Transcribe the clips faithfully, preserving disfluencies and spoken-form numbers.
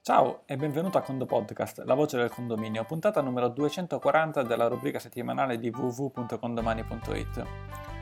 Ciao e benvenuto a Condo Podcast, la voce del condominio, puntata numero duecentoquaranta della rubrica settimanale di w w w punto condomani punto i t.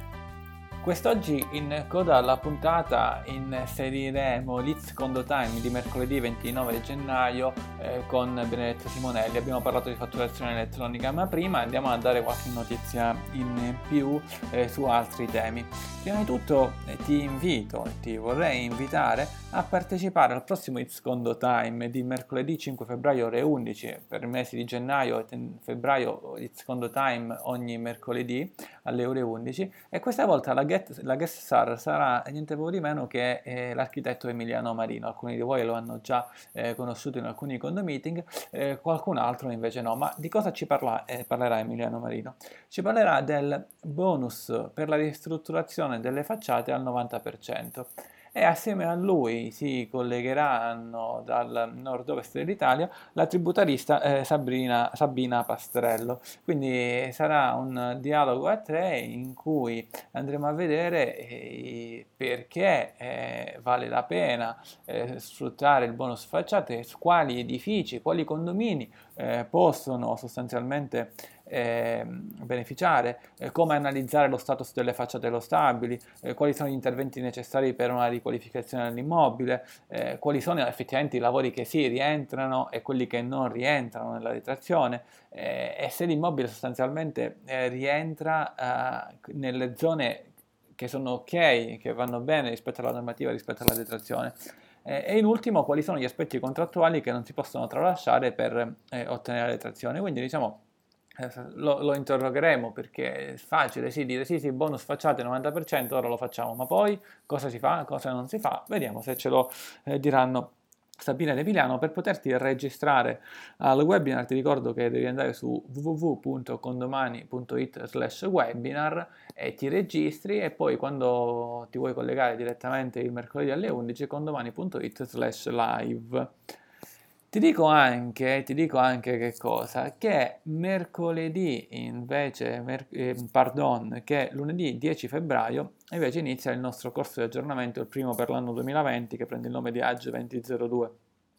Quest'oggi in coda alla puntata inseriremo l'It's Condo Time di mercoledì ventinove gennaio eh, con Benedetta Simonelli. Abbiamo parlato di fatturazione elettronica, ma prima andiamo a dare qualche notizia in più eh, su altri temi. Prima di tutto eh, ti invito e ti vorrei invitare a partecipare al prossimo It's Condo Time di mercoledì cinque febbraio ore undici. Per i mesi di gennaio e febbraio It's Condo Time ogni mercoledì alle ore undici, e questa volta la guest, la guest star sarà niente po' di meno che eh, l'architetto Emiliano Marino. Alcuni di voi lo hanno già eh, conosciuto in alcuni condo meeting, eh, qualcun altro invece no. Ma di cosa ci parla, eh, parlerà Emiliano Marino? Ci parlerà del bonus per la ristrutturazione delle facciate al novanta per cento. E assieme a lui si collegheranno dal nord-ovest dell'Italia la tributarista eh, Sabrina, Sabina Pastrello. Quindi sarà un dialogo a tre in cui andremo a vedere eh, perché eh, vale la pena eh, sfruttare il bonus facciate, quali edifici, quali condomini eh, possono sostanzialmente Eh, beneficiare, eh, come analizzare lo status delle facciate aerostabili, eh, quali sono gli interventi necessari per una riqualificazione dell'immobile, eh, quali sono effettivamente i lavori che sì rientrano e quelli che non rientrano nella detrazione, eh, e se l'immobile sostanzialmente eh, rientra eh, nelle zone che sono ok, che vanno bene rispetto alla normativa, rispetto alla detrazione. E in ultimo, quali sono gli aspetti contrattuali che non si possono tralasciare per eh, ottenere la detrazione. Quindi diciamo Lo, lo interrogheremo, perché è facile sì dire sì sì bonus facciate novanta per cento, ora lo facciamo, ma poi cosa si fa, cosa non si fa? Vediamo se ce lo eh, diranno Sabina ed Emiliano. Per poterti registrare al webinar ti ricordo che devi andare su w w w punto condomani punto i t slash webinar e ti registri, e poi quando ti vuoi collegare direttamente il mercoledì alle undici condomani punto i t slash live. Ti dico anche, ti dico anche che cosa? Che mercoledì invece, mer- eh, pardon, che lunedì dieci febbraio invece inizia il nostro corso di aggiornamento, il primo per l'anno duemilaventi, che prende il nome di Age duemiladue.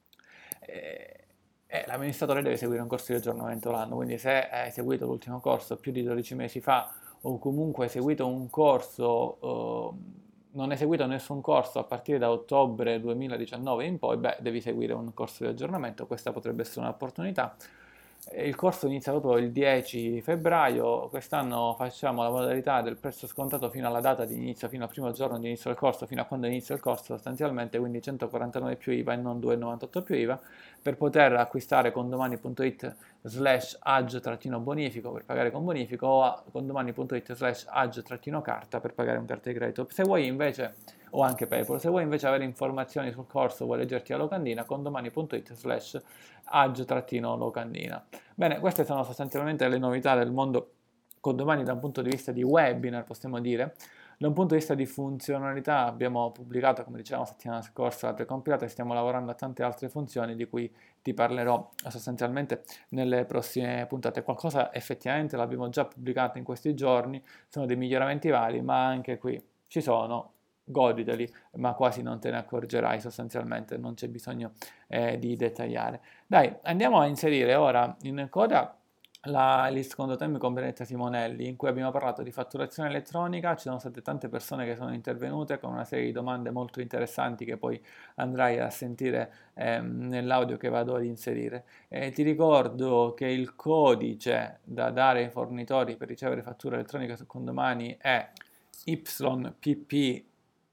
E, e l'amministratore deve seguire un corso di aggiornamento l'anno, quindi se hai seguito l'ultimo corso più di dodici mesi fa, o comunque hai seguito un corso... Uh, non hai seguito nessun corso a partire da ottobre duemiladiciannove in poi, beh, devi seguire un corso di aggiornamento. Questa potrebbe essere un'opportunità. Il corso inizia proprio il dieci febbraio, quest'anno facciamo la modalità del prezzo scontato fino alla data di inizio, fino al primo giorno di inizio del corso, fino a quando inizia il corso sostanzialmente, quindi centoquarantanove più I V A e non due virgola novantotto più I V A, per poter acquistare condomani punto i t slash ag bonifico per pagare con bonifico, o a condomani punto i t slash ag carta per pagare un carta di credito. Se vuoi invece, o anche PayPal, se vuoi invece avere informazioni sul corso, vuoi leggerti la locandina, condomani punto i t slash ag-locandina. Bene, queste sono sostanzialmente le novità del mondo condomani da un punto di vista di webinar, possiamo dire. Da un punto di vista di funzionalità abbiamo pubblicato, come dicevamo la settimana scorsa, altre compilate, stiamo lavorando a tante altre funzioni di cui ti parlerò sostanzialmente nelle prossime puntate. Qualcosa effettivamente l'abbiamo già pubblicato in questi giorni, sono dei miglioramenti vari, ma anche qui ci sono, goditeli, ma quasi non te ne accorgerai, sostanzialmente non c'è bisogno eh, di dettagliare. Dai, andiamo a inserire ora in coda la, il secondo tema con Benedetta Simonelli, in cui abbiamo parlato di fatturazione elettronica. Ci sono state tante persone che sono intervenute con una serie di domande molto interessanti che poi andrai a sentire ehm, nell'audio che vado ad inserire. E ti ricordo che il codice da dare ai fornitori per ricevere fattura elettronica su Condomani è Y P P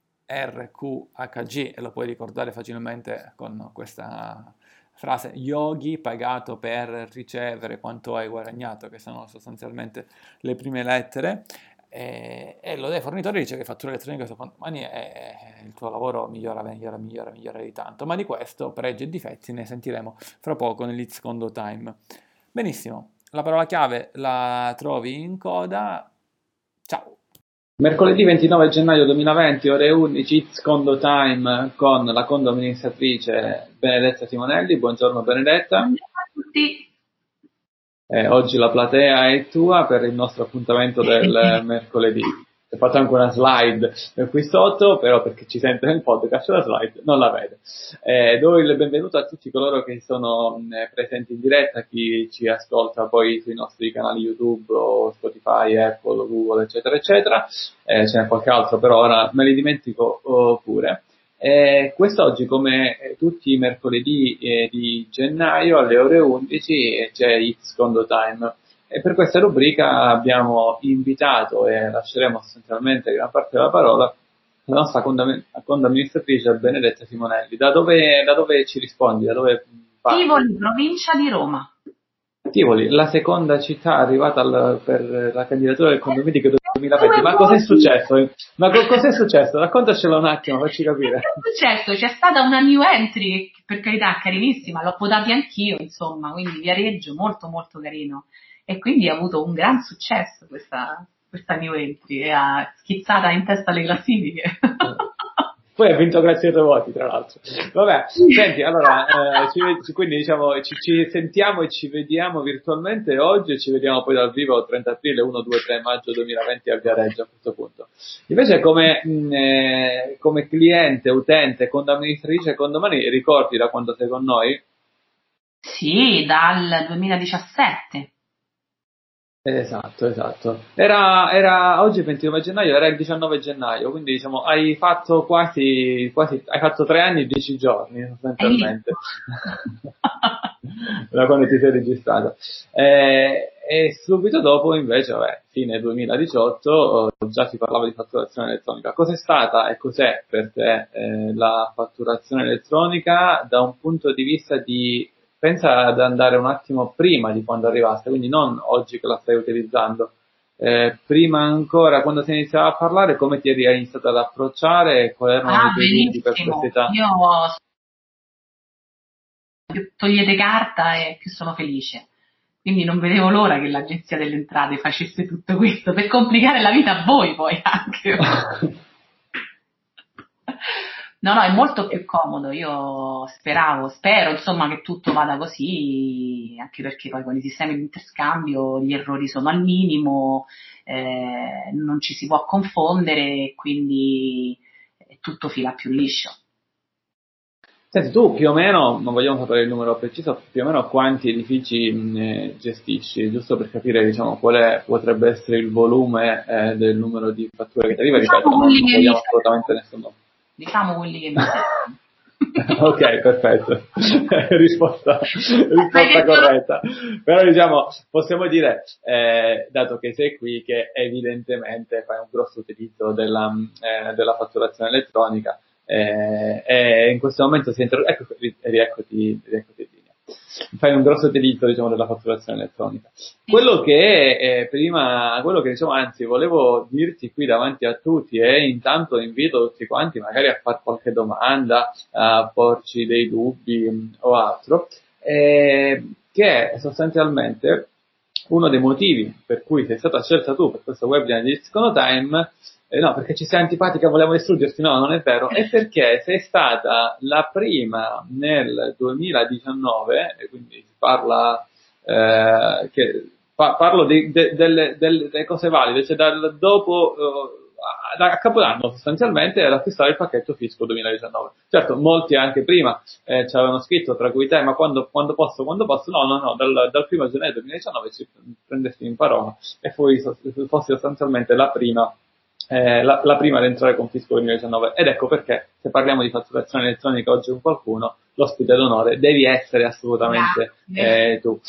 R Q H G, e lo puoi ricordare facilmente con questa frase: Yogi pagato per ricevere quanto hai guadagnato, che sono sostanzialmente le prime lettere. E, e lo dai fornitore, dice che fattura elettronica su Condomani e il tuo lavoro migliora, migliora, migliora, migliora di tanto. Ma di questo, pregi e difetti, ne sentiremo fra poco nell'It's Condo Time. Benissimo, la parola chiave la trovi in coda. Ciao! Mercoledì ventinove gennaio duemilaventi, ore undici, It's Condo Time con la condo amministratrice Benedetta Simonelli. Buongiorno Benedetta. Buongiorno a tutti. Eh, oggi la platea è tua per il nostro appuntamento del mercoledì. Ho fatto anche una slide qui sotto, però perché ci sente nel podcast la slide non la vede. Eh, do il benvenuto a tutti coloro che sono mh, presenti in diretta, chi ci ascolta poi sui nostri canali YouTube o Spotify, Apple, Google, eccetera, eccetera. Eh, ce n'è qualche altro, però ora me li dimentico oh, pure. Eh, quest'oggi, come tutti i mercoledì eh, di gennaio alle ore undici, c'è It's Condo Time. E per questa rubrica abbiamo invitato, e lasceremo sostanzialmente gran parte della parola, la nostra conda amministratrice Benedetta Simonelli. Da dove, da dove ci rispondi? Da dove parti? Tivoli, provincia di Roma. Tivoli, la seconda città arrivata al, per la candidatura del condominio duemilaventi. Ma cos'è successo? Ma co- cos'è successo? Raccontacelo un attimo, facci capire. Che è successo? C'è stata una new entry, che per carità carinissima, l'ho votata anch'io, insomma, quindi Viareggio, molto molto carino. E quindi ha avuto un gran successo questa, questa new entry, e ha schizzata in testa alle classifiche. Poi ha vinto grazie ai tuoi voti, tra l'altro. Vabbè, senti, allora, eh, ci, quindi diciamo, ci, ci sentiamo e ci vediamo virtualmente oggi e ci vediamo poi dal vivo il trenta aprile, uno, due, tre maggio duemilaventi a Viareggio a questo punto. Invece come, mh, eh, come cliente, utente, condoamministratrice condomani, ricordi da quando sei con noi? Sì, dal duemiladiciassette. Esatto, esatto. Era, era oggi è il ventinove gennaio, era il diciannove gennaio, quindi diciamo hai fatto quasi, quasi hai fatto tre anni e dieci giorni sostanzialmente da quando ti sei registrato. E, e subito dopo invece, vabbè, fine duemiladiciotto, già si parlava di fatturazione elettronica. Cos'è stata e cos'è per te eh, la fatturazione elettronica da un punto di vista di... Pensa ad andare un attimo prima di quando arrivaste, quindi non oggi che la stai utilizzando, eh, prima ancora quando si iniziava a parlare, come ti eri iniziato ad approcciare, quali erano Ah, i tuoi dubbi, perplessità? Io più togliete carta e più sono felice, quindi non vedevo l'ora che l'agenzia delle entrate facesse tutto questo per complicare la vita a voi poi anche. No, no, è molto più comodo, io speravo, spero insomma che tutto vada così, anche perché poi con i sistemi di interscambio gli errori sono al minimo, eh, non ci si può confondere, quindi tutto fila più liscio. Senti, tu più o meno, non vogliamo sapere il numero preciso, più o meno quanti edifici mh, gestisci, giusto per capire diciamo qual è, potrebbe essere il volume eh, del numero di fatture che ti arriva, ripeto, non, non vogliamo assolutamente nessuno. Diciamo quelli che mi servono. Ok, perfetto. risposta risposta corretta. Però diciamo, possiamo dire, eh, dato che sei qui, che evidentemente fai un grosso utilizzo della, eh, della fatturazione elettronica eh, e in questo momento si inter... ecco, rieccoti, rieccoti in linea. Fai un grosso utilizzo diciamo della fatturazione elettronica. Quello che eh, prima, quello che diciamo, anzi volevo dirti qui davanti a tutti e intanto invito tutti quanti magari a fare qualche domanda, a porci dei dubbi mh, o altro, eh, che sostanzialmente uno dei motivi per cui sei stata scelta tu per questo webinar di It's Condo Time, eh, no, perché ci sei antipatica, volevamo distruggerti, no, non è vero, è perché sei stata la prima nel duemiladiciannove, e quindi si parla, eh, che, pa- parlo di, de, delle, delle, delle cose valide, cioè dal dopo, uh, a, a Capodanno sostanzialmente, ad acquistare il pacchetto fisco duemiladiciannove. Certo, molti anche prima eh, ci avevano scritto, tra cui te, ma quando, quando posso, quando posso? No, no, no, dal, dal primo gennaio duemiladiciannove ci prendesti in parola e fui, fossi sostanzialmente la prima Eh, la, la prima ad entrare con fisco duemiladiciannove, ed ecco perché se parliamo di fatturazione elettronica oggi con qualcuno, l'ospite d'onore devi essere assolutamente eh, tu.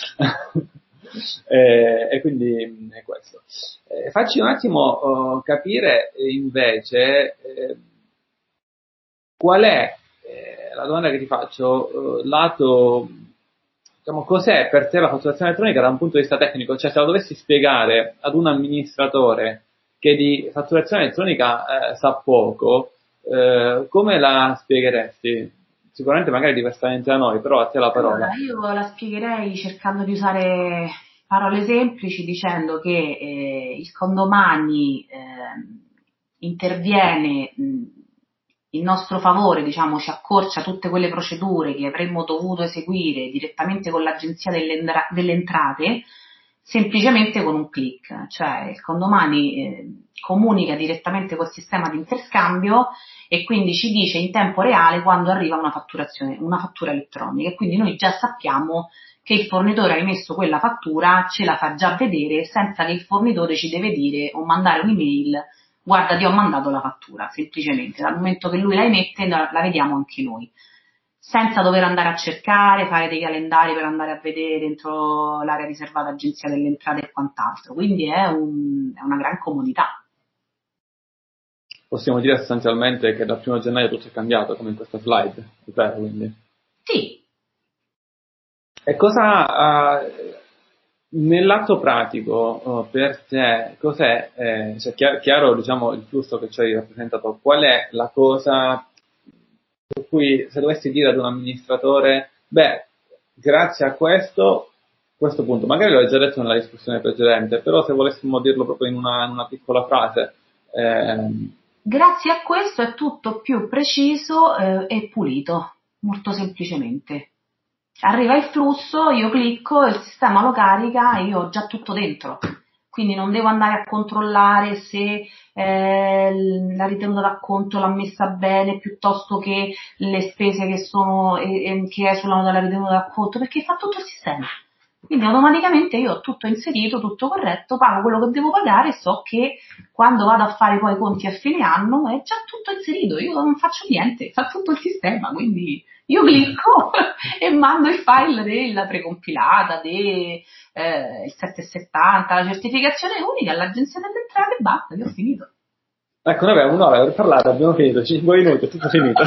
eh, e quindi è questo. Eh, facci un attimo uh, capire invece eh, qual è eh, la domanda che ti faccio, uh, lato, diciamo, cos'è per te la fatturazione elettronica da un punto di vista tecnico, cioè se la dovessi spiegare ad un amministratore che di fatturazione elettronica eh, sa poco, eh, come la spiegheresti? Sicuramente magari diversamente da noi, però a te la parola. Allora, io la spiegherei cercando di usare parole semplici, dicendo che eh, il condomani eh, interviene mh, in nostro favore, diciamo, ci accorcia tutte quelle procedure che avremmo dovuto eseguire direttamente con l'agenzia delle, delle entrate, semplicemente con un click, cioè il condomani eh, comunica direttamente col sistema di interscambio e quindi ci dice in tempo reale quando arriva una fatturazione, una fattura elettronica, e quindi noi già sappiamo che il fornitore ha emesso quella fattura, ce la fa già vedere senza che il fornitore ci deve dire o mandare un'email: guarda, ti ho mandato la fattura. Semplicemente dal momento che lui la emette la, la vediamo anche noi, senza dover andare a cercare, fare dei calendari per andare a vedere dentro l'area riservata agenzia delle entrate e quant'altro. Quindi è, un, è una gran comodità. Possiamo dire sostanzialmente che dal primo gennaio tutto è cambiato, come in questa slide, è vero, quindi? Sì. E cosa, uh, nell'atto pratico, uh, per te, cos'è, eh, cioè chiaro, chiaro, diciamo, il flusso che ci hai rappresentato, qual è la cosa per cui se dovessi dire ad un amministratore, beh, grazie a questo, questo punto, magari l'ho già detto nella discussione precedente, però se volessimo dirlo proprio in una, in una piccola frase. Ehm... Grazie a questo è tutto più preciso eh, e pulito, molto semplicemente. Arriva il flusso, io clicco, il sistema lo carica e io ho già tutto dentro. Quindi non devo andare a controllare se eh, la ritenuta d'acconto l'ha messa bene piuttosto che le spese che sono eh, che esulano dalla ritenuta d'acconto, perché fa tutto il sistema. Quindi automaticamente io ho tutto inserito, tutto corretto, pago quello che devo pagare e so che quando vado a fare poi i conti a fine anno è già tutto inserito, io non faccio niente, fa tutto il sistema, quindi io clicco e mando il file della precompilata, del eh, settecentosettanta, la certificazione unica all'agenzia delle entrate e basta, io ho finito. Ecco, noi abbiamo un'ora per parlare, abbiamo finito, cinque minuti, è tutto finito.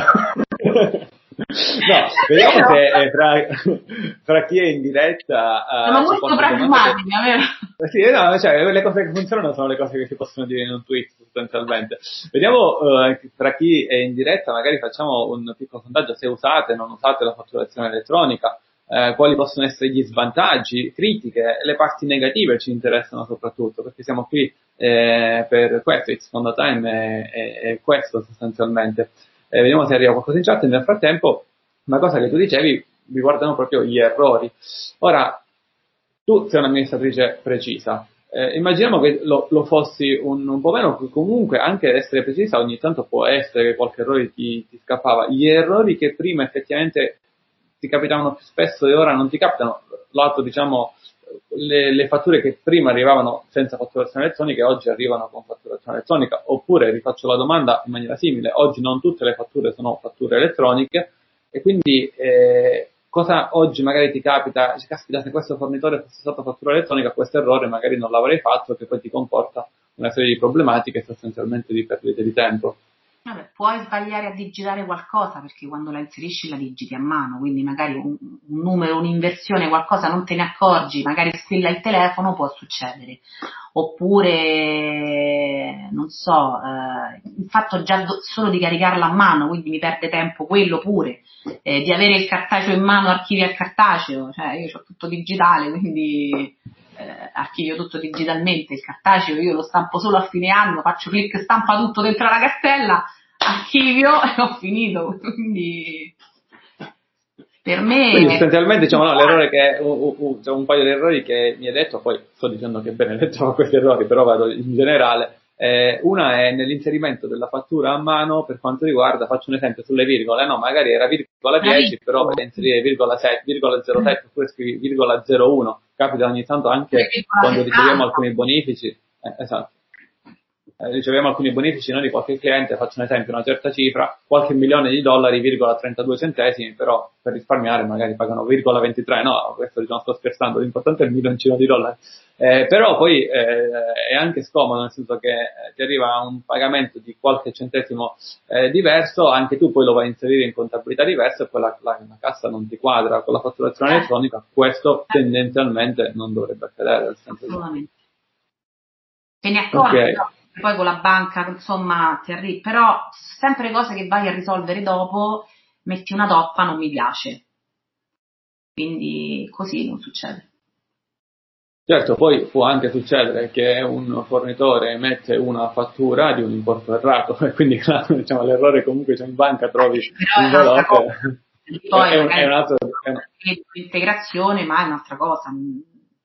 No, vediamo se eh, fra, fra chi è in diretta... Uh, sono molto pragmatica, vero? Sì, no, cioè, le cose che funzionano sono le cose che si possono dire in un tweet, sostanzialmente. Vediamo uh, fra chi è in diretta, magari facciamo un piccolo sondaggio: se usate o non usate la fatturazione elettronica, eh, quali possono essere gli svantaggi, critiche, le parti negative ci interessano soprattutto, perché siamo qui eh, per questo, It's Fondo Time è, è, è questo sostanzialmente. Eh, vediamo se arriva qualcosa in chat. Nel frattempo, una cosa che tu dicevi riguardano proprio gli errori. Ora, tu sei un'amministratrice precisa, eh, immaginiamo che lo, lo fossi un, un po' meno, comunque anche essere precisa ogni tanto può essere che qualche errore ti, ti scappava. Gli errori che prima effettivamente ti capitavano più spesso e ora non ti capitano, lato diciamo le, le fatture che prima arrivavano senza fatturazione elettronica e oggi arrivano con fatturazione elettronica, oppure rifaccio la domanda in maniera simile: oggi non tutte le fatture sono fatture elettroniche, e quindi eh, cosa oggi magari ti capita, dici, caspita, se questo fornitore fosse stato fattura elettronica questo errore magari non l'avrei fatto, che poi ti comporta una serie di problematiche e sostanzialmente di perdite di tempo. Vabbè, puoi sbagliare a digitare qualcosa perché quando la inserisci la digiti a mano, quindi magari un, un numero, un'inversione, qualcosa non te ne accorgi, magari squilla il telefono, può succedere. Oppure, non so, eh, il fatto già do, solo di caricarla a mano, quindi mi perde tempo quello pure, eh, di avere il cartaceo in mano, archivi al cartaceo, cioè io ho tutto digitale, quindi eh, archivio tutto digitalmente. Il cartaceo io lo stampo solo a fine anno, faccio clic, stampa tutto dentro la cartella, archivio e ho finito. Quindi per me quindi sostanzialmente diciamo no, l'errore che uh, uh, cioè un paio di errori che mi hai detto, poi sto dicendo che bene letto questi errori, però vado in generale. Eh, una è nell'inserimento della fattura a mano per quanto riguarda, faccio un esempio sulle virgole, no, magari era virgola dieci, però per inserire virgola sette, virgola zero sette, oppure scrivi virgola zero uno, capita ogni tanto anche quando riceviamo alcuni bonifici, eh, esatto, eh, riceviamo alcuni bonifici noi di qualche cliente, faccio un esempio, una certa cifra, qualche milione di dollari, virgola trentadue centesimi, però per risparmiare magari pagano virgola ventitré, no, questo diciamo sto scherzando, l'importante è il milioncino di dollari. Eh, però poi eh, è anche scomodo, nel senso che eh, ti arriva un pagamento di qualche centesimo eh, diverso, anche tu poi lo vai a inserire in contabilità diversa e poi la, la, la cassa non ti quadra con la fatturazione elettronica. Questo tendenzialmente non dovrebbe accadere. Assolutamente. Te ne accorgi, okay. No? Poi con la banca, insomma, ti arrivi, però sempre cose che vai a risolvere dopo, metti una toppa, non mi piace. Quindi così non succede. Certo, poi può anche succedere che un fornitore emette una fattura di un importo errato e quindi diciamo, l'errore comunque c'è in banca, trovi però un valore. Poi è, un, è un altro... integrazione, ma è un'altra cosa.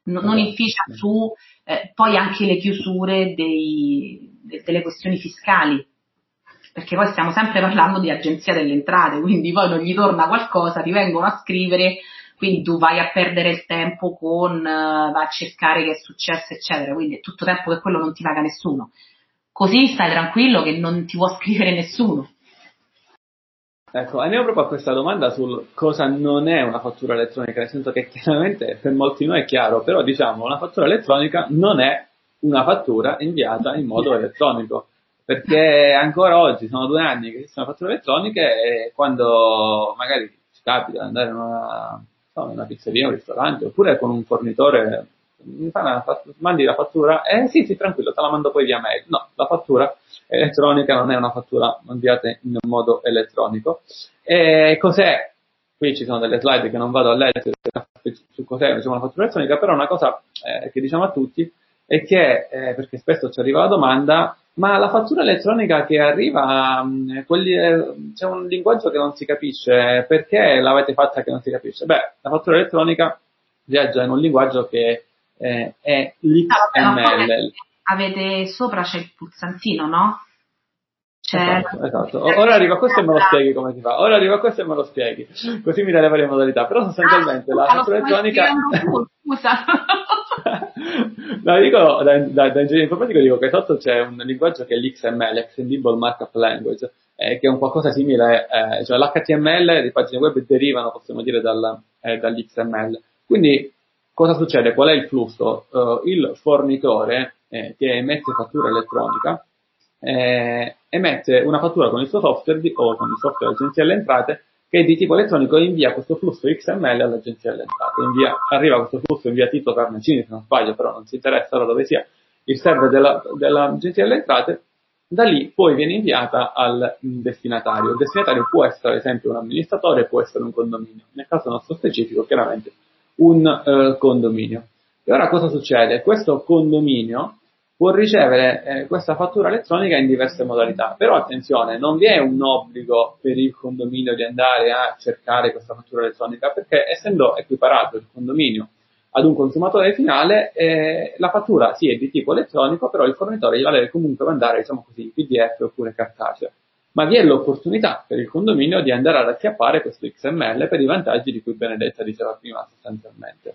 non, non inficia su eh, poi anche le chiusure dei, de, delle questioni fiscali, perché poi stiamo sempre parlando di agenzia delle entrate, quindi poi non gli torna qualcosa, ti vengono a scrivere, quindi tu vai a perdere il tempo con, uh, vai a cercare che è successo, eccetera, quindi è tutto tempo che quello non ti paga nessuno. Così stai tranquillo che non ti può scrivere nessuno. Ecco, andiamo proprio a questa domanda sul cosa non è una fattura elettronica, nel senso che chiaramente per molti noi è chiaro, però diciamo una fattura elettronica non è una fattura inviata in modo elettronico, perché ancora oggi sono due anni che esistono fatture elettroniche e quando magari ci capita di andare in una, in una pizzeria, un ristorante, oppure con un fornitore, mi fa una fattura, mandi la fattura, eh sì sì tranquillo, te la mando poi via mail. No, la fattura elettronica non è una fattura inviata in modo elettronico. E cos'è? Qui ci sono delle slide che non vado a leggere su cos'è diciamo, una fattura elettronica, però una cosa eh, che diciamo a tutti è che, eh, perché spesso ci arriva la domanda, ma la fattura elettronica che arriva, mh, quelli, eh, c'è un linguaggio che non si capisce, perché l'avete fatta che non si capisce? Beh, la fattura elettronica viaggia in un linguaggio che eh, è l'X M L. Avete sopra c'è il pulsantino, no? C'è esatto, esatto. Ora arriva questo e me lo spieghi come si fa. Ora arriva questo e me lo spieghi. Così mi dai le varie modalità. Però sostanzialmente ah, la fattura elettronica... Scusa. No, dico, da, da, da ingegnere informatico dico che sotto c'è un linguaggio che è l'X M L, Extendable Markup Language, eh, che è un qualcosa simile, eh, cioè l'H T M L, le pagine web derivano, possiamo dire, dal, eh, dall'X M L. Quindi, cosa succede? Qual è il flusso? Uh, il fornitore eh, che emette fattura elettronica eh, emette una fattura con il suo software di, o con il software dell'Agenzia delle Entrate che è di tipo elettronico e invia questo flusso X M L all'Agenzia delle Entrate. Invia, arriva questo flusso in via Tito Carnacini, se non sbaglio, però non si interessa ora dove sia il server della, dell'Agenzia delle Entrate. Da lì poi viene inviata al destinatario. Il destinatario può essere ad esempio un amministratore, può essere un condominio. Nel caso nostro specifico, chiaramente un uh, condominio. E ora cosa succede? Questo condominio può ricevere eh, questa fattura elettronica in diverse modalità, però attenzione, non vi è un obbligo per il condominio di andare a cercare questa fattura elettronica, perché essendo equiparato il condominio ad un consumatore finale, eh, la fattura sì è di tipo elettronico, però il fornitore gliela deve comunque mandare, diciamo così, P D F oppure cartacea. Ma vi è l'opportunità per il condominio di andare ad acchiappare questo X M L per i vantaggi di cui Benedetta diceva prima sostanzialmente.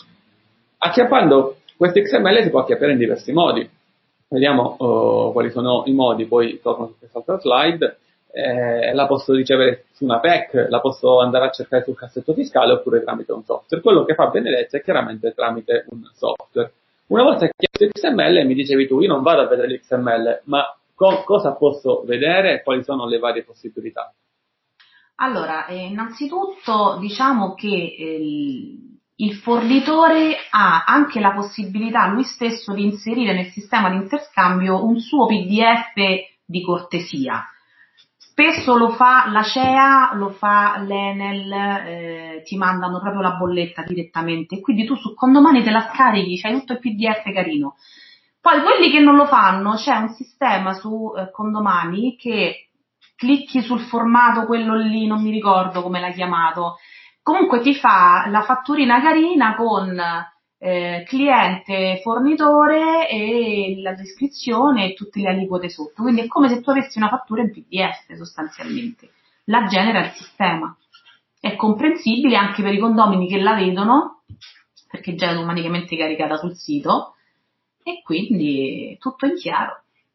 Acchiappando questo X M L si può acchiappare in diversi modi. Vediamo uh, quali sono i modi, poi torno su quest'altra slide. Eh, la posso ricevere su una P E C, la posso andare a cercare sul cassetto fiscale oppure tramite un software. Quello che fa Benedetta è chiaramente tramite un software. Una volta che ho questo X M L mi dicevi tu, io non vado a vedere l'X M L, ma co- cosa posso vedere e quali sono le varie possibilità? Allora, eh, innanzitutto diciamo che eh, il fornitore ha anche la possibilità lui stesso di inserire nel sistema di interscambio un suo P D F di cortesia. Spesso lo fa la C E A, lo fa l'Enel, eh, ti mandano proprio la bolletta direttamente, quindi tu su Condomani te la scarichi, c'hai tutto il P D F carino. Poi quelli che non lo fanno, c'è un sistema su eh, Condomani che clicchi sul formato, quello lì, non mi ricordo come l'ha chiamato, comunque ti fa la fatturina carina con eh, cliente, fornitore e la descrizione e tutte le aliquote sotto, quindi è come se tu avessi una fattura in P D F sostanzialmente, la genera il sistema, è comprensibile anche per i condomini che la vedono perché già è automaticamente caricata sul sito e quindi tutto in chiaro.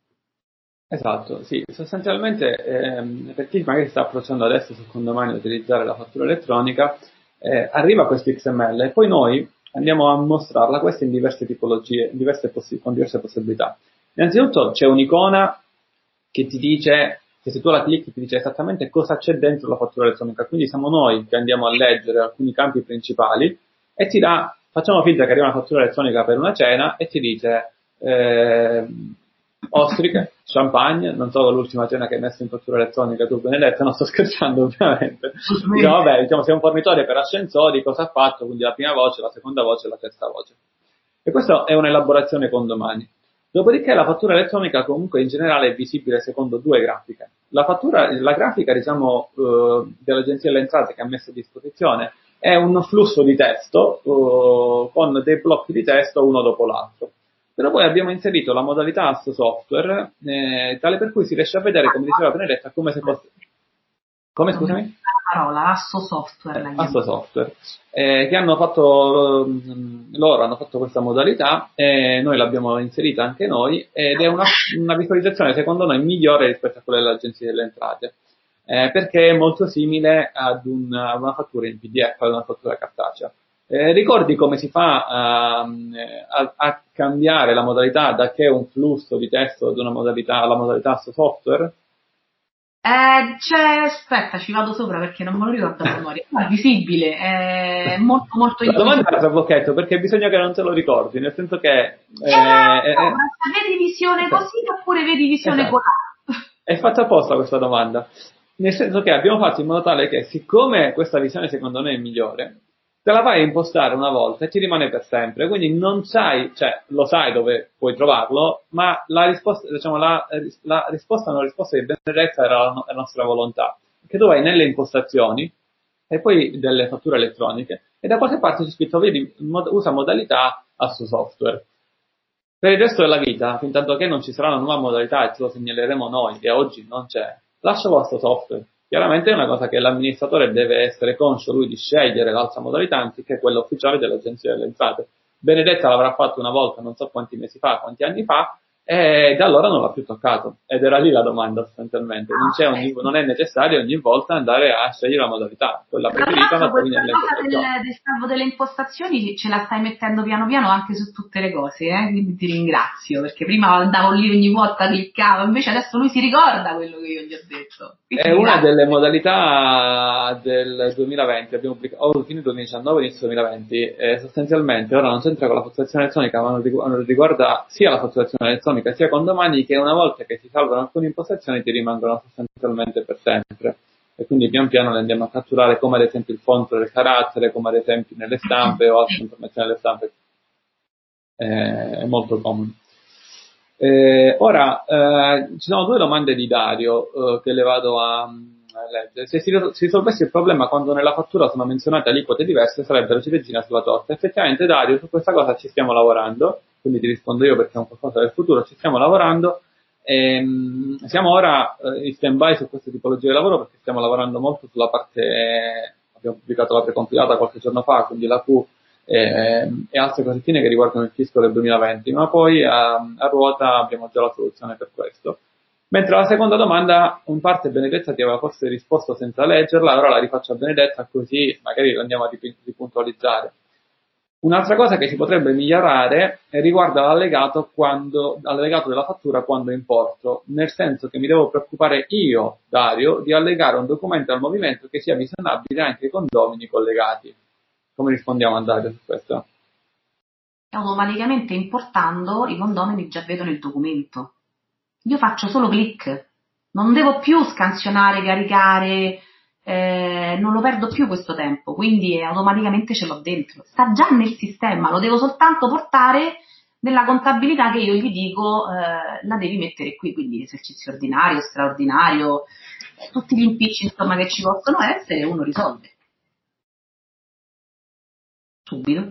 Esatto, sì, sostanzialmente ehm, per chi magari sta approcciando adesso su Condomani a utilizzare la fattura elettronica, eh, arriva questo X M L e poi noi andiamo a mostrarla questa in diverse tipologie, in diverse possi- con diverse possibilità. Innanzitutto c'è un'icona che ti dice, che se tu la clicchi ti dice esattamente cosa c'è dentro la fattura elettronica, quindi siamo noi che andiamo a leggere alcuni campi principali e ti dà, facciamo finta che arriva una fattura elettronica per una cena e ti dice eh, ostriche, champagne, non so l'ultima cena che hai messo in fattura elettronica tu Benedetta, non sto scherzando ovviamente, diciamo, vabbè, diciamo sei un fornitore per ascensori, cosa ha fatto, quindi la prima voce, la seconda voce e la terza voce, e questa è un'elaborazione Condomani. Dopodiché la fattura elettronica comunque in generale è visibile secondo due grafiche. La fattura, la grafica diciamo eh, dell'Agenzia delle Entrate che ha messo a disposizione è un flusso di testo uh, con dei blocchi di testo uno dopo l'altro. Però poi abbiamo inserito la modalità Asso Software, eh, tale per cui si riesce a vedere, come diceva Benedetta, come se fosse... Come, scusami? La parola, Asso Software. Eh, Asso Software, eh, che hanno fatto, loro hanno fatto questa modalità e noi l'abbiamo inserita anche noi, ed è una, una visualizzazione secondo noi migliore rispetto a quella dell'Agenzia delle Entrate, eh, perché è molto simile ad un, a una fattura in P D F, ad una fattura cartacea. Eh, ricordi come si fa a, a, a cambiare la modalità da che è un flusso di testo ad una modalità alla modalità Asso Software? Eh, c'è, aspetta, ci vado sopra perché non me lo ricordo a memoria. È visibile, è molto molto La domanda è Trabocchetto, perché bisogna che non te lo ricordi, nel senso che... Eh, eh, no, no, vedi visione esatto. Così oppure vedi visione Esatto. colà? È fatta apposta questa domanda, nel senso che abbiamo fatto in modo tale che, siccome questa visione secondo me è migliore, te la vai a impostare una volta e ti rimane per sempre, quindi non sai, cioè lo sai dove puoi trovarlo, ma la risposta, diciamo, la, la risposta non risposta di Benedetta era la, la nostra volontà, che tu vai nelle impostazioni e poi delle fatture elettroniche e da qualche parte c'è scritto, vedi, mod, usa modalità Asso Software. Per il resto della vita, fin tanto che non ci sarà una nuova modalità e ce lo segnaleremo noi, che oggi non c'è, lascialo Asso Software. Chiaramente è una cosa che l'amministratore deve essere conscio lui di scegliere l'altra modalità anziché quella ufficiale dell'Agenzia delle Entrate. Benedetta l'avrà fatto una volta, non so quanti mesi fa, quanti anni fa, e da allora non l'ha più toccato. Ed era lì la domanda sostanzialmente. Non, c'è ogni, non è necessario ogni volta andare a scegliere la modalità, quella preferita, ma poi nelle impostazioni. Del, del salvo delle impostazioni ce la stai mettendo piano piano anche su tutte le cose, eh? Quindi ti ringrazio, perché prima andavo lì ogni volta, cliccavo, invece adesso lui si ricorda quello che io gli ho detto. Quindi è una delle modalità del duemilaventi, abbiamo o fine duemiladiciannove, inizio duemilaventi, eh, sostanzialmente ora non c'entra con la fatturazione elettronica, ma riguarda sia la fatturazione elettronica sia condomani, che una volta che si salvano alcune impostazioni ti rimangono sostanzialmente per sempre, e quindi pian piano le andiamo a catturare, come ad esempio il fonte del carattere, come ad esempio nelle stampe o altre informazioni nelle stampe. Eh, è molto comodo. Eh, ora eh, ci sono due domande di Dario eh, che le vado a, a leggere. Se si, si risolvesse il problema quando nella fattura sono menzionate aliquote diverse, sarebbero ciliegina sulla torta. Effettivamente, Dario, su questa cosa ci stiamo lavorando, quindi ti rispondo io perché è un qualcosa del futuro, ci stiamo lavorando. Ehm, siamo ora eh, in stand by su questa tipologia di lavoro perché stiamo lavorando molto sulla parte, eh, abbiamo pubblicato la precompilata qualche giorno fa, quindi la Q e, e altre cosettine che riguardano il fisco del duemilaventi, ma poi a, a ruota abbiamo già la soluzione per questo. Mentre la seconda domanda, in parte Benedetta ti aveva forse risposto senza leggerla, ora la rifaccio a Benedetta così magari lo andiamo a ripuntualizzare. Un'altra cosa che si potrebbe migliorare riguarda l'allegato, quando, l'allegato della fattura quando importo, nel senso che mi devo preoccupare io, Dario, di allegare un documento al movimento che sia visionabile anche con condomini collegati. Come rispondiamo a Dario su questo? Automaticamente importando i condomini già vedono il documento. Io faccio solo click, non devo più scansionare, caricare, eh, non lo perdo più questo tempo, quindi automaticamente ce l'ho dentro, sta già nel sistema, lo devo soltanto portare nella contabilità che io gli dico eh, la devi mettere qui, quindi esercizio ordinario, straordinario, eh, tutti gli impicci insomma che ci possono essere, uno risolve subito.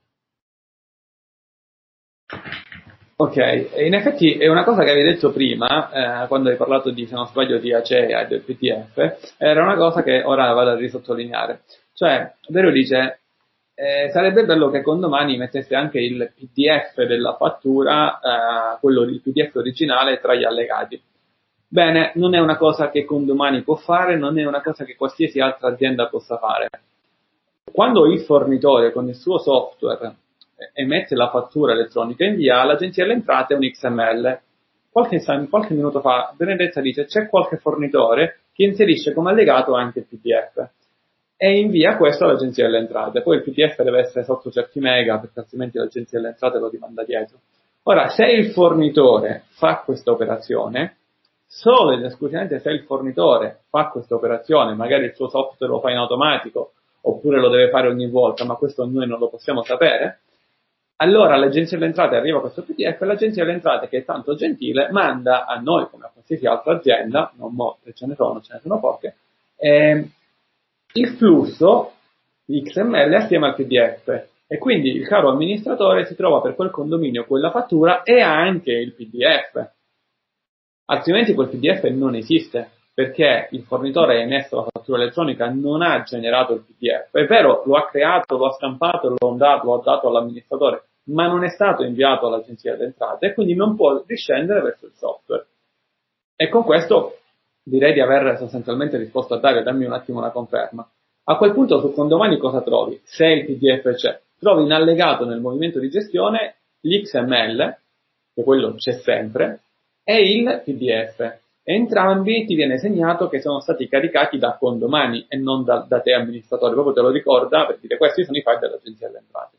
Ok, e in effetti è una cosa che avevi detto prima, eh, quando hai parlato di, se non sbaglio, di Acea e del P D F, era una cosa che ora vado a risottolineare. Cioè, Dario dice, eh, sarebbe bello che condomani mettesse anche il P D F della fattura, eh, quello il P D F originale tra gli allegati. Bene, non è una cosa che condomani può fare, non è una cosa che qualsiasi altra azienda possa fare. Quando il fornitore con il suo software emette la fattura elettronica e invia all'Agenzia delle Entrate un X M L. Qualche, qualche minuto fa Benedetta dice c'è qualche fornitore che inserisce come allegato anche il P D F e invia questo all'Agenzia delle Entrate. Poi il P D F deve essere sotto certi mega perché altrimenti l'Agenzia delle Entrate lo rimanda dietro. Ora, se il fornitore fa questa operazione, solo ed esclusivamente se il fornitore fa questa operazione, magari il suo software lo fa in automatico oppure lo deve fare ogni volta, ma questo noi non lo possiamo sapere, allora all'Agenzia delle Entrate arriva questo P D F e l'Agenzia delle Entrate, che è tanto gentile, manda a noi, come a qualsiasi altra azienda, non molte ce ne sono, ce ne sono poche, eh, il flusso X M L assieme al P D F, e quindi il caro amministratore si trova per quel condominio quella fattura e anche il P D F. Altrimenti quel P D F non esiste, perché il fornitore ha emesso la fattura elettronica, non ha generato il P D F. È vero, lo ha creato, lo ha stampato e lo ha dato, lo ha dato all'amministratore, ma non è stato inviato all'Agenzia delle Entrate e quindi non può discendere verso il software. E con questo direi di aver sostanzialmente risposto a Dario. Dammi un attimo una conferma. A quel punto su Condomani cosa trovi? Se il P D F c'è, trovi in allegato nel movimento di gestione l'X M L, che quello c'è sempre, e il P D F. Entrambi ti viene segnato che sono stati caricati da Condomani e non da, da te amministratore, proprio te lo ricorda per dire questi sono i file dell'Agenzia delle Entrate.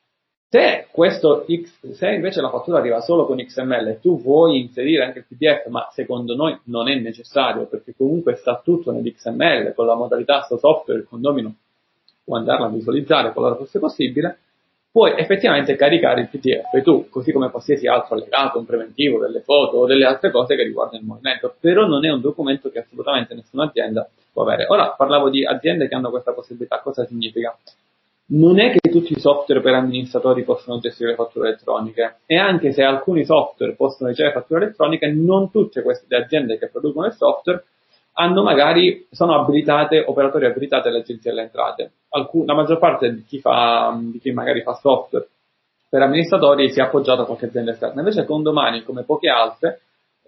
Se questo X, se invece la fattura arriva solo con X M L e tu vuoi inserire anche il P D F, ma secondo noi non è necessario, perché comunque sta tutto nell'X M L, con la modalità sto software, il condomino può andarla a visualizzare qualora fosse possibile, puoi effettivamente caricare il P D F tu, così come qualsiasi altro allegato, un preventivo, delle foto o delle altre cose che riguardano il movimento, però non è un documento che assolutamente nessuna azienda può avere. Ora parlavo di aziende che hanno questa possibilità. Cosa significa? Non è che tutti i software per amministratori possono gestire le fatture elettroniche, e anche se alcuni software possono ricevere fatture elettroniche, non tutte queste aziende che producono il software hanno magari, sono abilitate, operatori abilitati all'Agenzia delle Entrate. Alcun, la maggior parte di chi fa, di chi magari fa software per amministratori si è appoggiato a qualche azienda esterna. Invece Condomani, come poche altre,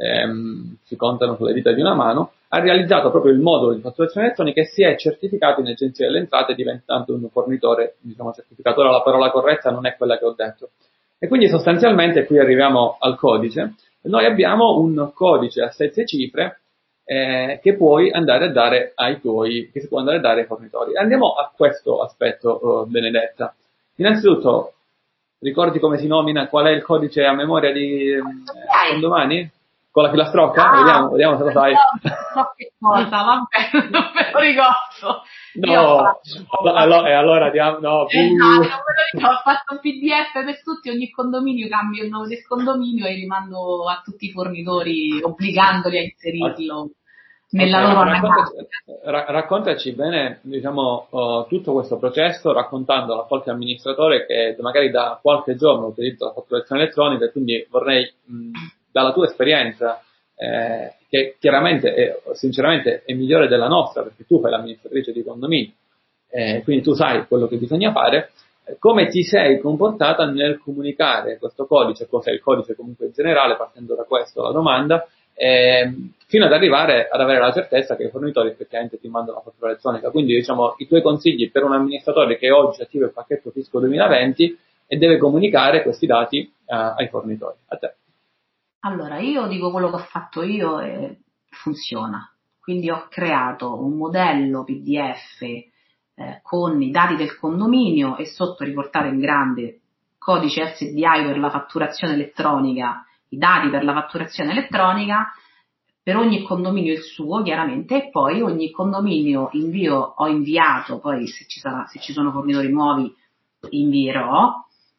ehm, si contano sulle dita di una mano, ha realizzato proprio il modulo di fatturazione elettronica e si è certificato in Agenzia delle Entrate, diventando un fornitore, diciamo, certificato. Ora la parola corretta non è quella che ho detto. E quindi sostanzialmente qui arriviamo al codice. Noi abbiamo un codice a sette cifre eh, che puoi andare a dare ai tuoi, che si può andare a dare ai fornitori. Andiamo a questo aspetto, uh, Benedetta. Innanzitutto, ricordi come si nomina, qual è il codice a memoria di eh, Condomani? Con la filastrocca? Ah, vediamo, vediamo se lo sai. Non so che cosa, vabbè, non me lo ricordo. No, fatto... allora, e allora diamo, no. Esatto, ho fatto un P D F per tutti, ogni condominio cambio il nome del condominio e li mando a tutti i fornitori obbligandoli a inserirlo okay. nella okay, loro raccontaci, ra- raccontaci bene, diciamo, uh, tutto questo processo, raccontando a qualche amministratore che magari da qualche giorno utilizza la fatturazione elettronica, e quindi vorrei... Mh, dalla tua esperienza, eh, che chiaramente è, sinceramente è migliore della nostra, perché tu fai l'amministratrice di condominio, eh, quindi tu sai quello che bisogna fare, eh, come ti sei comportata nel comunicare questo codice, cos'è il codice comunque in generale, partendo da questo la domanda, eh, fino ad arrivare ad avere la certezza che i fornitori effettivamente ti mandano la fattura elettronica. Quindi diciamo i tuoi consigli per un amministratore che oggi attiva il pacchetto fisco duemilaventi e deve comunicare questi dati eh, ai fornitori. A te. Allora, io dico quello che ho fatto io e funziona. Quindi ho creato un modello P D F eh, con i dati del condominio e sotto riportato in grande codice S D I per la fatturazione elettronica, i dati per la fatturazione elettronica, per ogni condominio il suo chiaramente, e poi ogni condominio invio, ho inviato, poi se ci, sarà, se ci sono fornitori nuovi invierò,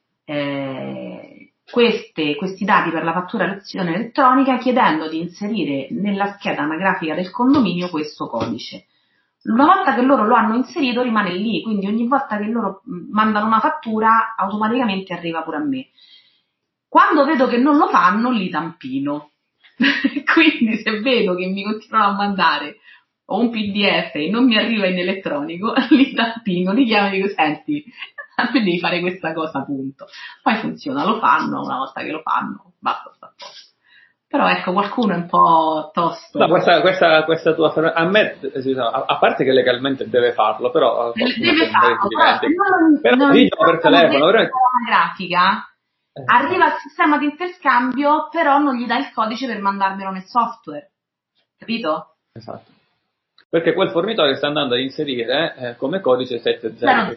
eh, Queste, questi dati per la fatturazione elettronica, chiedendo di inserire nella scheda anagrafica del condominio questo codice. Una volta che loro lo hanno inserito rimane lì, quindi ogni volta che loro mandano una fattura automaticamente arriva pure a me. Quando vedo che non lo fanno li tampino, quindi se vedo che mi continuano a mandare o un P D F e non mi arriva in elettronico, li tampino, li chiamo e dico senti, devi fare questa cosa, punto. Poi funziona, lo fanno, una volta che lo fanno, basta, sta a posto. Però ecco, qualcuno è un po' tosto. No, questa, questa, questa tua a me, a parte che legalmente deve farlo, però deve farlo, però, però diciamo per telefono, la grafica eh. arriva al sistema di interscambio, però non gli dà il codice per mandarmelo nel software, capito? Esatto. Perché quel fornitore sta andando ad inserire eh, come codice sette zero,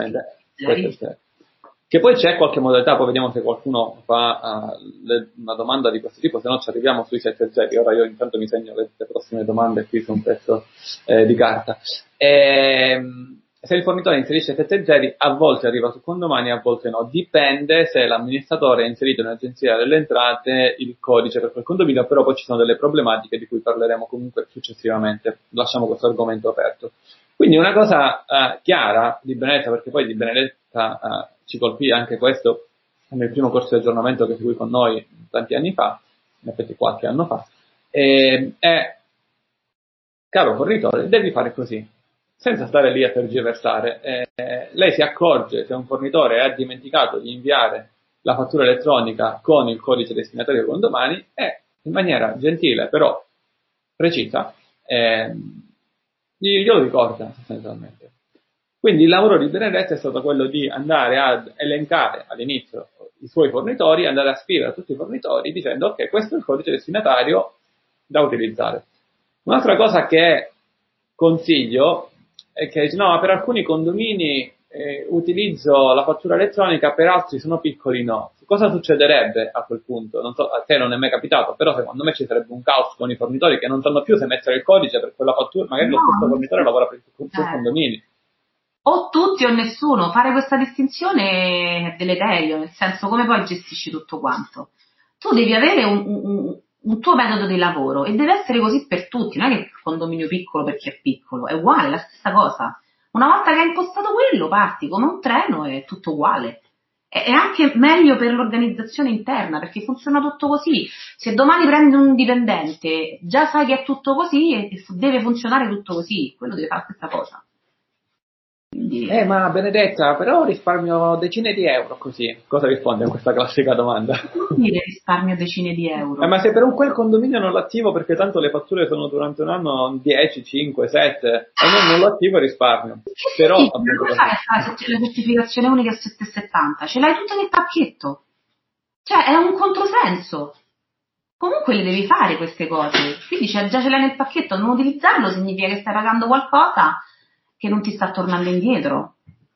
che poi c'è qualche modalità, poi vediamo se qualcuno fa uh, le, una domanda di questo tipo, se no ci arriviamo sui sette zero. Ora io intanto mi segno le, le prossime domande qui su un pezzo eh, di carta. E, se il fornitore inserisce sette zero, a volte arriva su Condomani, a volte no, dipende se l'amministratore ha inserito in Agenzia delle Entrate il codice per quel condominio, però poi ci sono delle problematiche di cui parleremo comunque successivamente, lasciamo questo argomento aperto. Quindi una cosa uh, chiara di Benedetta, perché poi di Benedetta uh, ci colpì anche questo nel primo corso di aggiornamento che seguì con noi tanti anni fa, in effetti qualche anno fa, e, è, caro fornitore, devi fare così, senza stare lì a tergiversare. Eh, lei si accorge se un fornitore ha dimenticato di inviare la fattura elettronica con il codice destinatario condomani e in maniera gentile però precisa eh, glielo ricorda sostanzialmente. Quindi il lavoro di Benedetta è stato quello di andare ad elencare all'inizio i suoi fornitori, andare a scrivere a tutti i fornitori dicendo ok, questo è il codice destinatario da utilizzare. Un'altra cosa che consiglio è che no, per alcuni condomini eh, utilizzo la fattura elettronica, per altri sono piccoli no. Cosa succederebbe a quel punto? Non so, a te non è mai capitato, però secondo me ci sarebbe un caos con i fornitori che non sanno più se mettere il codice per quella fattura, magari no, lo stesso fornitore lavora per più eh. condomini. O tutti o nessuno, fare questa distinzione è deleterio, nel senso come poi gestisci tutto quanto. Tu devi avere un, un, un tuo metodo di lavoro e deve essere così per tutti, non è che il condominio piccolo perché è piccolo, è uguale, è la stessa cosa. Una volta che hai impostato quello, parti come un treno e è tutto uguale. È anche meglio per l'organizzazione interna, perché funziona tutto così. Se domani prendi un dipendente, già sai che è tutto così e deve funzionare tutto così, quello deve fare questa cosa. Quindi... Eh, ma Benedetta, però risparmio decine di euro così. Cosa risponde a questa classica domanda? Che dire risparmio decine di euro? Eh, ma se per un quel condominio non lo attivo perché tanto le fatture sono durante un anno dieci, cinque, sette e non, non lo attivo risparmio. Che però sì, appunto, cosa è la certificazione unica a sette e settanta? Ce l'hai tutta nel pacchetto. Cioè, è un controsenso. Comunque le devi fare queste cose. Quindi cioè, già ce l'hai nel pacchetto, non utilizzarlo significa che stai pagando qualcosa che non ti sta tornando indietro.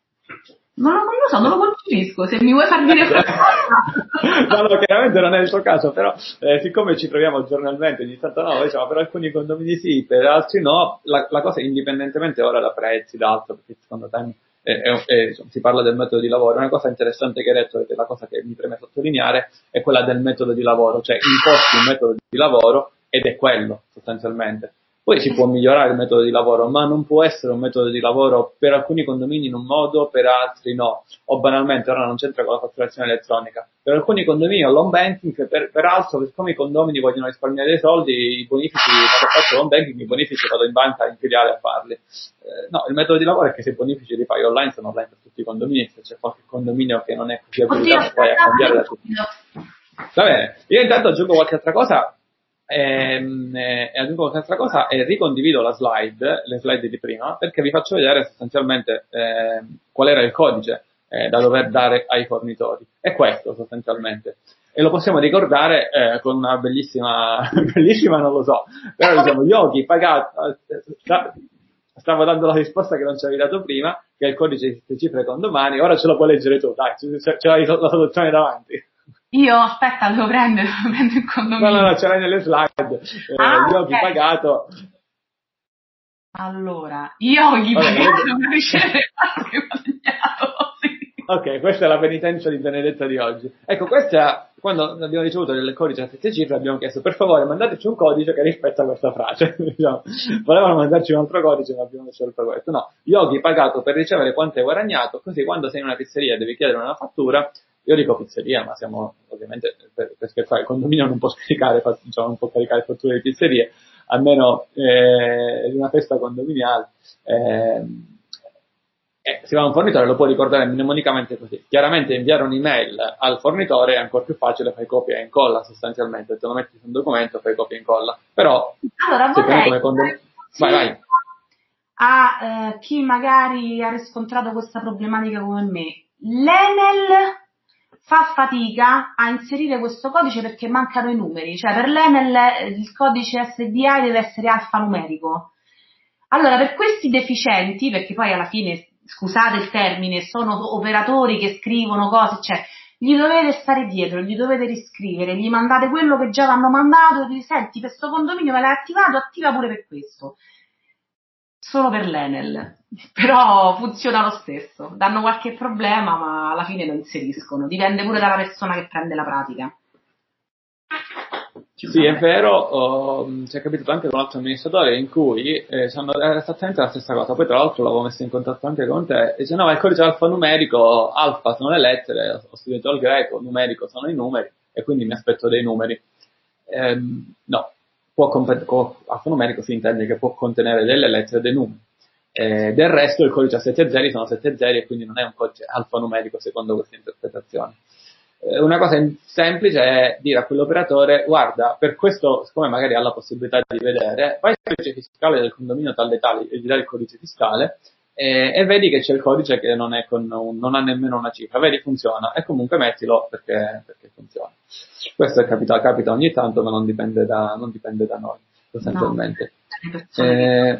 Non lo, non lo so, non lo concepisco. Se mi vuoi far dire qualcosa. No, no, chiaramente non è il tuo caso, però eh, siccome ci troviamo giornalmente, ogni tanto no, diciamo, per alcuni condomini sì, per altri no, la, la cosa indipendentemente ora da prezzi, da altro, perché secondo te è, è, è, insomma, si parla del metodo di lavoro. Una cosa interessante che hai detto, e la cosa che mi preme sottolineare, è quella del metodo di lavoro, cioè imposti un metodo di lavoro ed è quello, sostanzialmente. Poi si può migliorare il metodo di lavoro, ma non può essere un metodo di lavoro per alcuni condomini in un modo, per altri no. O banalmente, ora non c'entra con la fatturazione elettronica. Per alcuni condomini ho l'home banking, per, per altro, siccome i condomini vogliono risparmiare dei soldi, i bonifici, quando faccio l'home banking, i bonifici vado in banca, in filiale a farli. Eh, no, il metodo di lavoro è che se i bonifici li fai online, sono online per tutti i condomini, se c'è qualche condominio che non è così abilitato, poi a cambiare da tutti. Va bene, io intanto aggiungo qualche altra cosa. E, e aggiungo quest'altra cosa e ricondivido la slide, le slide di prima, perché vi faccio vedere sostanzialmente eh, qual era il codice eh, da dover dare ai fornitori. È questo sostanzialmente. E lo possiamo ricordare eh, con una bellissima, bellissima non lo so, però diciamo Yogi pagato, stavo dando la risposta che non ci avevi dato prima, che è il codice di sette cifre condomani, ora ce lo puoi leggere tu, dai, ce, ce l'hai la soluzione davanti. Io, aspetta, devo prendere, prendo il condominio. No, no, no, ce l'hai nelle slide. Eh, ah, Yogi okay. Pagato. Allora, Yogi pagato per ricevere qualche guadagnato. Ok, questa è la penitenza di Benedetta di oggi. Ecco, questa, quando abbiamo ricevuto il codice a sette cifre, abbiamo chiesto per favore mandateci un codice che rispetta questa frase. Diciamo, volevano mandarci un altro codice, ma abbiamo scelto questo. No, Yogi pagato per ricevere quanto hai guadagnato, così quando sei in una pizzeria e devi chiedere una fattura, io dico pizzeria, ma siamo ovviamente per, per scherzare, il condominio non può caricare, diciamo, non può caricare fatture di pizzerie, almeno eh, di una festa condominiale. Eh, eh, se va a un fornitore lo può ricordare mnemonicamente così. Chiaramente inviare un'email al fornitore è ancora più facile, fai copia e incolla sostanzialmente, te lo metti su un documento, fai copia e incolla. Però allora, vorrei come condom- vai, vai. A eh, chi magari ha riscontrato questa problematica come me, l'Enel fa fatica a inserire questo codice perché mancano i numeri, cioè per l'Enel il codice S D I deve essere alfanumerico. Allora, per questi deficienti, perché poi alla fine, scusate il termine, sono operatori che scrivono cose, cioè gli dovete stare dietro, gli dovete riscrivere, gli mandate quello che già l'hanno mandato e gli senti, per questo condominio me l'hai attivato, attiva pure per questo. Solo per l'Enel, però funziona lo stesso, danno qualche problema ma alla fine lo inseriscono, dipende pure dalla persona che prende la pratica. Sì, è vero, oh, ci è capitato anche con un altro amministratore in cui eh, ci hanno era esattamente la stessa cosa, poi tra l'altro l'avevo messo in contatto anche con te, e dice no, ma il codice alfanumerico, alfa sono le lettere, ho studiato il greco, numerico sono i numeri, e quindi mi aspetto dei numeri. Eh, no, può comp- con alfanumerico si intende che può contenere delle lettere e dei numeri. Eh, del resto il codice a sette zeri sono sette zeri e quindi non è un codice alfanumerico secondo questa interpretazione. Una cosa semplice è dire a quell'operatore guarda, per questo, siccome magari ha la possibilità di vedere, vai sul codice fiscale del condominio tal e tali e gli dai il codice fiscale e, e vedi che c'è il codice che non, è con un, non ha nemmeno una cifra, vedi funziona e comunque mettilo perché, perché funziona. Questo è capita, capita ogni tanto ma non dipende da, non dipende da noi sostanzialmente. No, eh,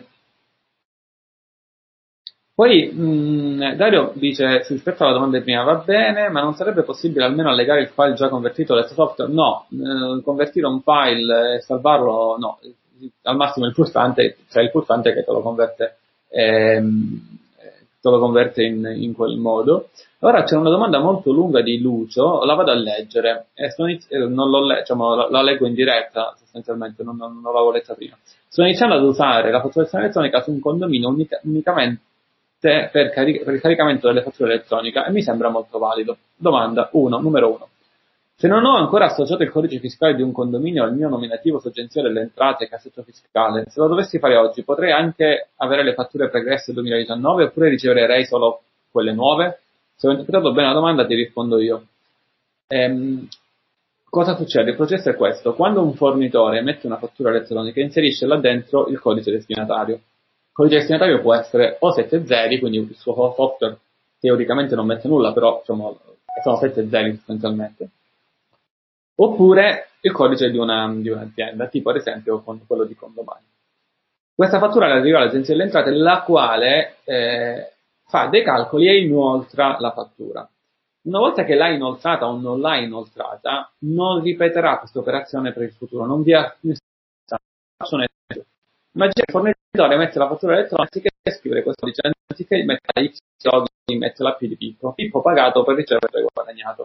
Poi mh, Dario dice, rispetto alla domanda di prima, va bene, ma non sarebbe possibile almeno allegare il file già convertito all'S software? No, eh, convertire un file e salvarlo, no, al massimo il pulsante, cioè il pulsante che te lo converte, ehm, te lo converte in, in quel modo. Ora c'è una domanda molto lunga di Lucio, la vado a leggere, e sto iniz- non l'ho le- diciamo, la, la leggo in diretta sostanzialmente, non, non, non l'avevo letta prima. Sto iniziando ad usare la fatturazione elettronica su un condominio unica, unicamente Per, caric- per il caricamento delle fatture elettronica e mi sembra molto valido. Domanda uno, numero uno. Se non ho ancora associato il codice fiscale di un condominio al mio nominativo soggenziale delle entrate e cassetto fiscale, se lo dovessi fare oggi potrei anche avere le fatture pregresse duemiladiciannove oppure riceverei solo quelle nuove? Se ho interpretato bene la domanda ti rispondo io. Ehm, cosa succede? Il processo è questo. Quando un fornitore emette una fattura elettronica inserisce là dentro il codice destinatario. Il codice destinatario può essere o sette zeri, quindi il suo software teoricamente non mette nulla, però diciamo, sono sette zeri sostanzialmente, oppure il codice di, una, di un'azienda, tipo ad esempio con quello di Condomani. Questa fattura arriva all'Agenzia delle Entrate, la quale eh, fa dei calcoli e inoltra la fattura. Una volta che l'ha inoltrata o non l'ha inoltrata, non ripeterà questa operazione per il futuro, non vi ha nessun esempio. Immagina il fornitore mette la fattura elettronica, anziché scrivere questo codice, anziché mettere la Y, mette la P di Pippo. Pippo pagato per ricevere guadagnato.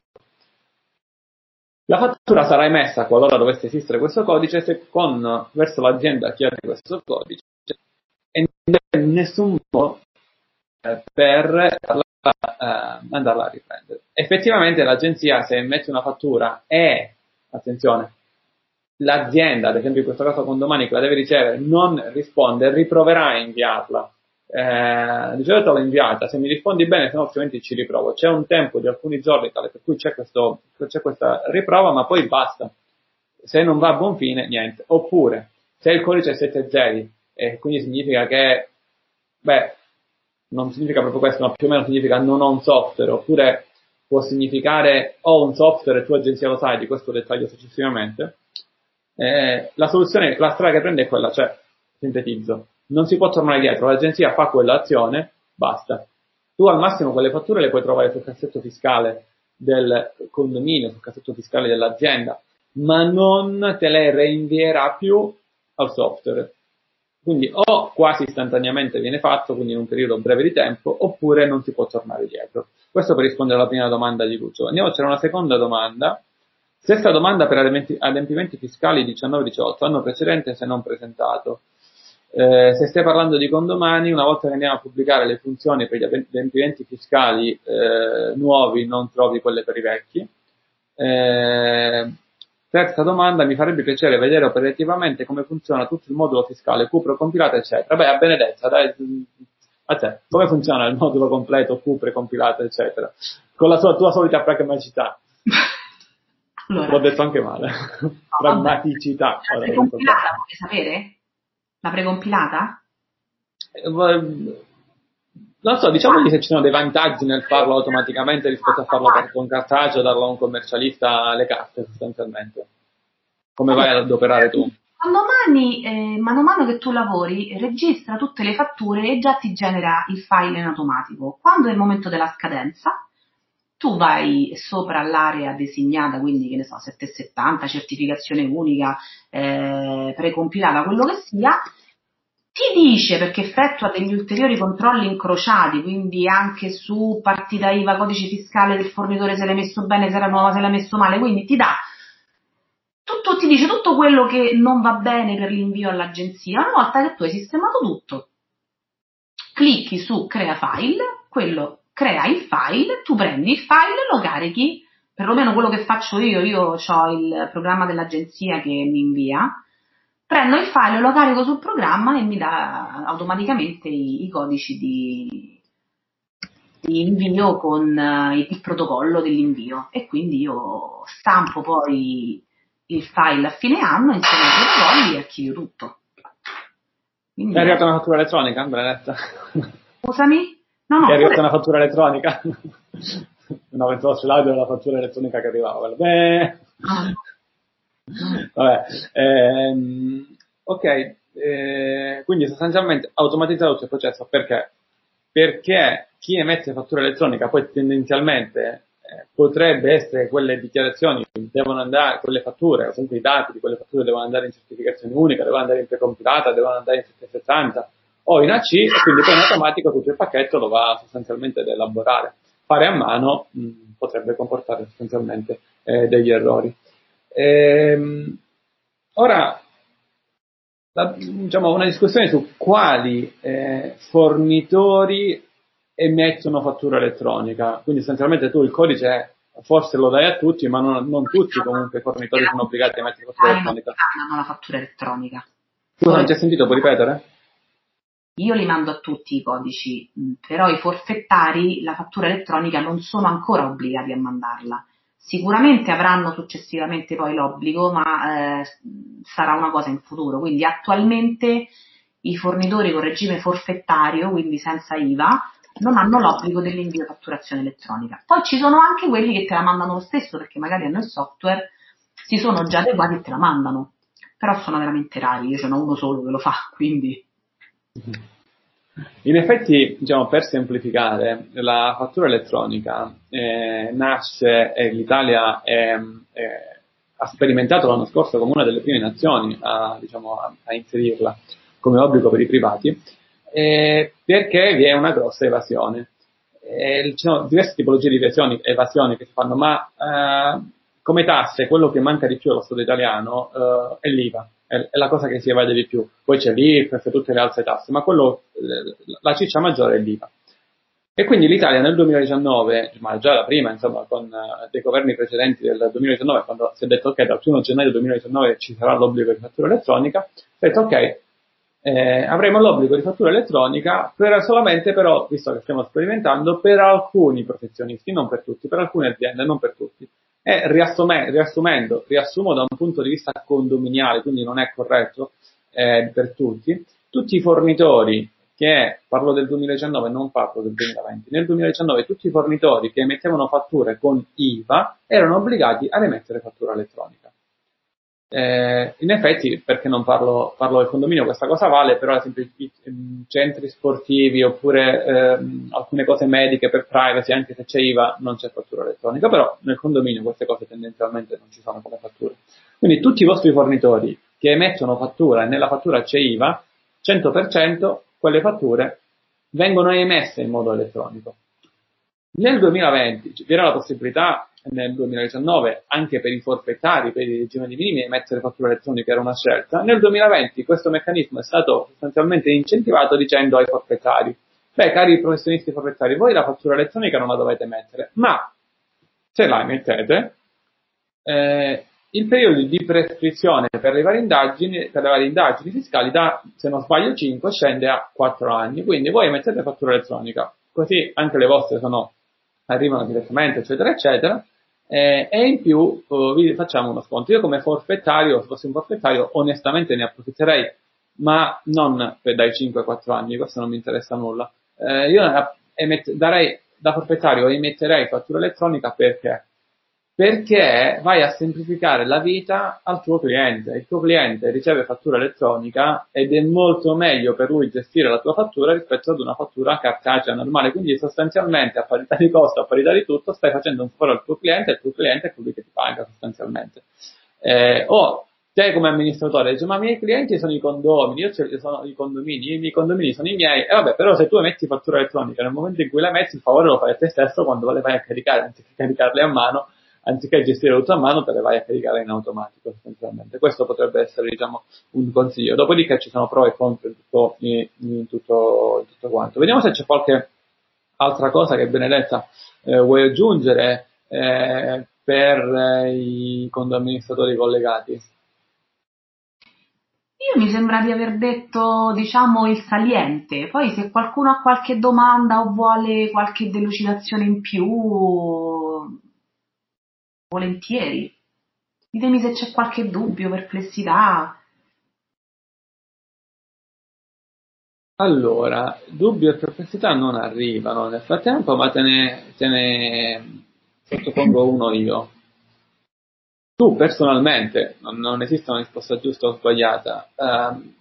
La fattura sarà emessa qualora dovesse esistere questo codice se con verso l'azienda chiede questo codice e non c'è nessun modo per andarla, eh, andarla a riprendere. Effettivamente l'agenzia, se emette una fattura e, attenzione, l'azienda, ad esempio in questo caso Condomani, che la deve ricevere, non risponde, riproverà a inviarla. Eh, di solito l'ho inviata, se mi rispondi bene, se no altrimenti ci riprovo. C'è un tempo di alcuni giorni tale per cui c'è, questo, c'è questa riprova, ma poi basta. Se non va a buon fine, niente. Oppure, se il codice è sette zeri, e quindi significa che, beh, non significa proprio questo, ma più o meno significa non ho un software, oppure può significare ho un software e tu agenzia lo sai, di questo dettaglio successivamente. Eh, la soluzione, la strada che prende è quella, cioè, sintetizzo, non si può tornare dietro, l'agenzia fa quell'azione, basta. Tu al massimo quelle fatture le puoi trovare sul cassetto fiscale del condominio, sul cassetto fiscale dell'azienda, ma non te le reinvierà più al software. Quindi o quasi istantaneamente viene fatto, quindi in un periodo breve di tempo, oppure non si può tornare dietro. Questo per rispondere alla prima domanda di Lucio. Andiamo, c'era una seconda domanda. Stessa domanda per adempimenti fiscali diciannove diciotto, anno precedente se non presentato. Eh, se stai parlando di Condomani, una volta che andiamo a pubblicare le funzioni per gli adempimenti fiscali eh, nuovi, non trovi quelle per i vecchi. Eh, terza domanda, mi farebbe piacere vedere operativamente come funziona tutto il modulo fiscale, Cupro compilata, eccetera. Beh, a Benedetta, dai, a te, come funziona il modulo completo, Cupre compilata, eccetera? Con la sua, tua solita pragmaticità. Allora, l'ho detto anche male. No, pragmaticità. La precompilata, vuoi sapere? La precompilata? Eh, non so, diciamogli se ci sono dei vantaggi nel farlo automaticamente rispetto a farlo per con cartaceo, darlo a un commercialista le carte sostanzialmente. Come vai ad operare tu? Domani, eh, mano a mano che tu lavori, registra tutte le fatture e già ti genera il file in automatico. Quando è il momento della scadenza, tu vai sopra l'area designata, quindi che ne so, settecentosettanta, certificazione unica, eh, precompilata, quello che sia, ti dice, perché effettua degli ulteriori controlli incrociati, quindi anche su partita I V A, codice fiscale del fornitore, se l'hai messo bene, se era nuova, se l'hai messo male, quindi ti dà tutto, ti dice tutto quello che non va bene per l'invio all'agenzia. Una volta che tu hai sistemato tutto, clicchi su crea file, quello crea il file, tu prendi il file, lo carichi, perlomeno quello che faccio io, io ho il programma dell'agenzia che mi invia, prendo il file, lo carico sul programma e mi dà automaticamente i, i codici di, di invio con uh, il protocollo dell'invio, e quindi io stampo poi il file a fine anno insieme ai protocolli e archivio tutto. Quindi, è arrivata una fattura elettronica, Benedetta? Scusami? No, no, è arrivata pure... una fattura elettronica? No, pensavo sull'audio della fattura elettronica che arrivava. Beh. Ah. Vabbè, ehm, ok, eh, quindi sostanzialmente automatizzare tutto il processo, perché? Perché chi emette fattura elettronica poi tendenzialmente eh, potrebbe essere quelle dichiarazioni, devono andare, quelle fatture, o sempre i dati di quelle fatture devono andare in certificazione unica, devono andare in precompilata, devono andare in settecentosettanta o in A C, e quindi poi in automatico tutto il pacchetto lo va sostanzialmente ad elaborare. Fare a mano mh, potrebbe comportare sostanzialmente eh, degli errori. Ehm, ora, la, diciamo, una discussione su quali eh, fornitori emettono fattura elettronica. Quindi sostanzialmente tu il codice forse lo dai a tutti, ma non, non tutti comunque i fornitori sono obbligati a emettere fattura elettronica. Non la fattura elettronica. Tu non ti hai sentito, puoi ripetere? Io li mando a tutti i codici, però i forfettari la fattura elettronica non sono ancora obbligati a mandarla. Sicuramente avranno successivamente poi l'obbligo, ma eh, sarà una cosa in futuro. Quindi attualmente i fornitori con regime forfettario, quindi senza I V A, non hanno l'obbligo dell'invio di fatturazione elettronica. Poi ci sono anche quelli che te la mandano lo stesso, perché magari hanno il software, si sono già adeguati e te la mandano. Però sono veramente rari, io ce n'ho uno solo che lo fa, quindi... In effetti, diciamo, per semplificare, la fattura elettronica eh, nasce e l'Italia è, è, ha sperimentato l'anno scorso come una delle prime nazioni a, diciamo, a, a inserirla come obbligo per i privati, eh, perché vi è una grossa evasione. Eh, ci sono diverse tipologie di evasioni, evasioni che si fanno, ma eh, come tasse quello che manca di più allo Stato italiano eh, è l'I V A. È la cosa che si evade di più, poi c'è l'I R P E F, tutte le altre tasse, ma quello, la ciccia maggiore è l'I V A. E quindi l'Italia nel duemiladiciannove, ma già da prima, insomma, con uh, dei governi precedenti del duemiladiciannove, quando si è detto ok, dal primo gennaio duemiladiciannove ci sarà l'obbligo di fattura elettronica, si è detto ok, eh, avremo l'obbligo di fattura elettronica per solamente però, visto che stiamo sperimentando, per alcuni professionisti, non per tutti, per alcune aziende, non per tutti. E riassume, riassumendo, riassumo da un punto di vista condominiale, quindi non è corretto eh, per tutti, tutti i fornitori che, parlo del duemiladiciannove, non parlo del duemilaventi, nel duemiladiciannove tutti i fornitori che emettevano fatture con I V A erano obbligati ad emettere fattura elettronica. Eh, in effetti, perché non parlo, parlo del condominio, questa cosa vale, però ad esempio i, i centri sportivi oppure ehm, alcune cose mediche per privacy, anche se c'è I V A, non c'è fattura elettronica, però nel condominio queste cose tendenzialmente non ci sono come fatture. Quindi tutti i vostri fornitori che emettono fattura e nella fattura c'è I V A, cento per cento quelle fatture vengono emesse in modo elettronico. Nel duemilaventi vi era la possibilità, nel duemiladiciannove, anche per i forfettari, per i regimi di minimi, emettere fattura elettronica era una scelta. Nel duemilaventi questo meccanismo è stato sostanzialmente incentivato dicendo ai forfettari: beh, cari professionisti forfettari, voi la fattura elettronica non la dovete mettere, ma se la emettete, eh, il periodo di prescrizione per le varie indagini, per le varie indagini fiscali da, se non sbaglio, cinque scende a quattro anni. Quindi voi emettete fattura elettronica, così anche le vostre sono arrivano direttamente, eccetera, eccetera, eh, e in più uh, vi facciamo uno sconto. Io come forfettario, se fossi un forfettario, onestamente ne approfitterei, ma non per dai cinque ai quattro anni, questo non mi interessa nulla. Eh, io emett- darei, da forfettario emetterei fattura elettronica perché? Perché vai a semplificare la vita al tuo cliente. Il tuo cliente riceve fattura elettronica ed è molto meglio per lui gestire la tua fattura rispetto ad una fattura cartacea normale. Quindi sostanzialmente a parità di costo, a parità di tutto, stai facendo un favore al tuo cliente e il tuo cliente è colui che ti paga sostanzialmente. Eh, o te come amministratore dici: ma i miei clienti sono i condomini, io sono i condomini, i miei condomini sono i miei, e vabbè, però se tu emetti fattura elettronica nel momento in cui la metti, il favore lo fai a te stesso quando le vai a caricare, anziché caricarle a mano. anziché gestire tutto a mano, te le vai a caricare in automatico sostanzialmente. Questo potrebbe essere, diciamo, un consiglio. Dopodiché ci sono pro e contro in tutto, in, in tutto, in tutto quanto. Vediamo se c'è qualche altra cosa che Benedetta eh, vuoi aggiungere eh, per eh, i condoamministratori collegati. Io mi sembra di aver detto, diciamo, il saliente. Poi se qualcuno ha qualche domanda o vuole qualche delucidazione in più, volentieri. Ditemi se c'è qualche dubbio, perplessità. Allora, dubbi e perplessità non arrivano nel frattempo, ma te ne, te ne sottopongo uno io. Tu personalmente, non, non esiste una risposta giusta o sbagliata, ehm,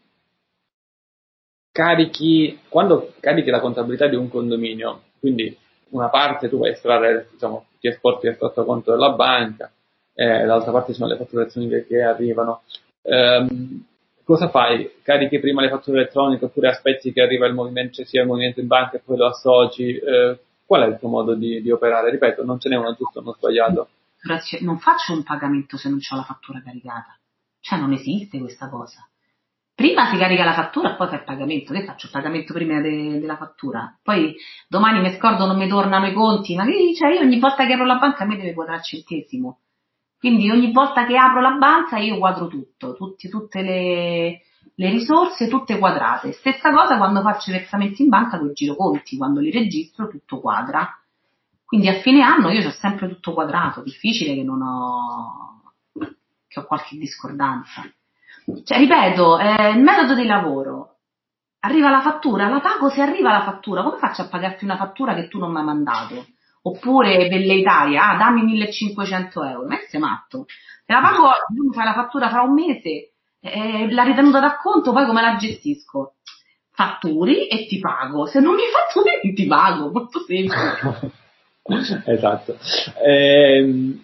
carichi, quando carichi la contabilità di un condominio, quindi una parte tu vai a estrarre, diciamo, ti esporti l'estratto conto della banca, e l'altra parte sono le fatturazioni che, che arrivano. Ehm, cosa fai? Carichi prima le fatture elettroniche oppure aspetti che arriva il movimento, cioè sia il movimento in banca e poi lo associ? Eh, qual è il tuo modo di, di operare? Ripeto, non ce n'è uno giusto o uno sbagliato. Non faccio un pagamento se non ho la fattura caricata. Cioè non esiste questa cosa. Prima si carica la fattura e poi fa il pagamento. Che faccio il pagamento prima de- della fattura? Poi domani mi scordo, non mi tornano i conti. Ma che, cioè io ogni volta che apro la banca a me deve quadrare il centesimo. Quindi ogni volta che apro la banca io quadro tutto, tutti, tutte le, le risorse, tutte quadrate. Stessa cosa quando faccio i versamenti in banca con i giroconti, quando li registro tutto quadra. Quindi a fine anno io ho sempre tutto quadrato, difficile che non ho, che ho qualche discordanza. Cioè, ripeto, eh, il metodo di lavoro, arriva la fattura, la pago se arriva la fattura, come faccio a pagarti una fattura che tu non mi hai mandato? Oppure Velleitalia, ah dammi millecinquecento euro, ma sei matto, se la pago, tu mi fai la fattura fra un mese, eh, la ritenuta d'acconto, poi come la gestisco? Fatturi e ti pago, se non mi fatturi non ti pago, molto semplice. Esatto. Ehm,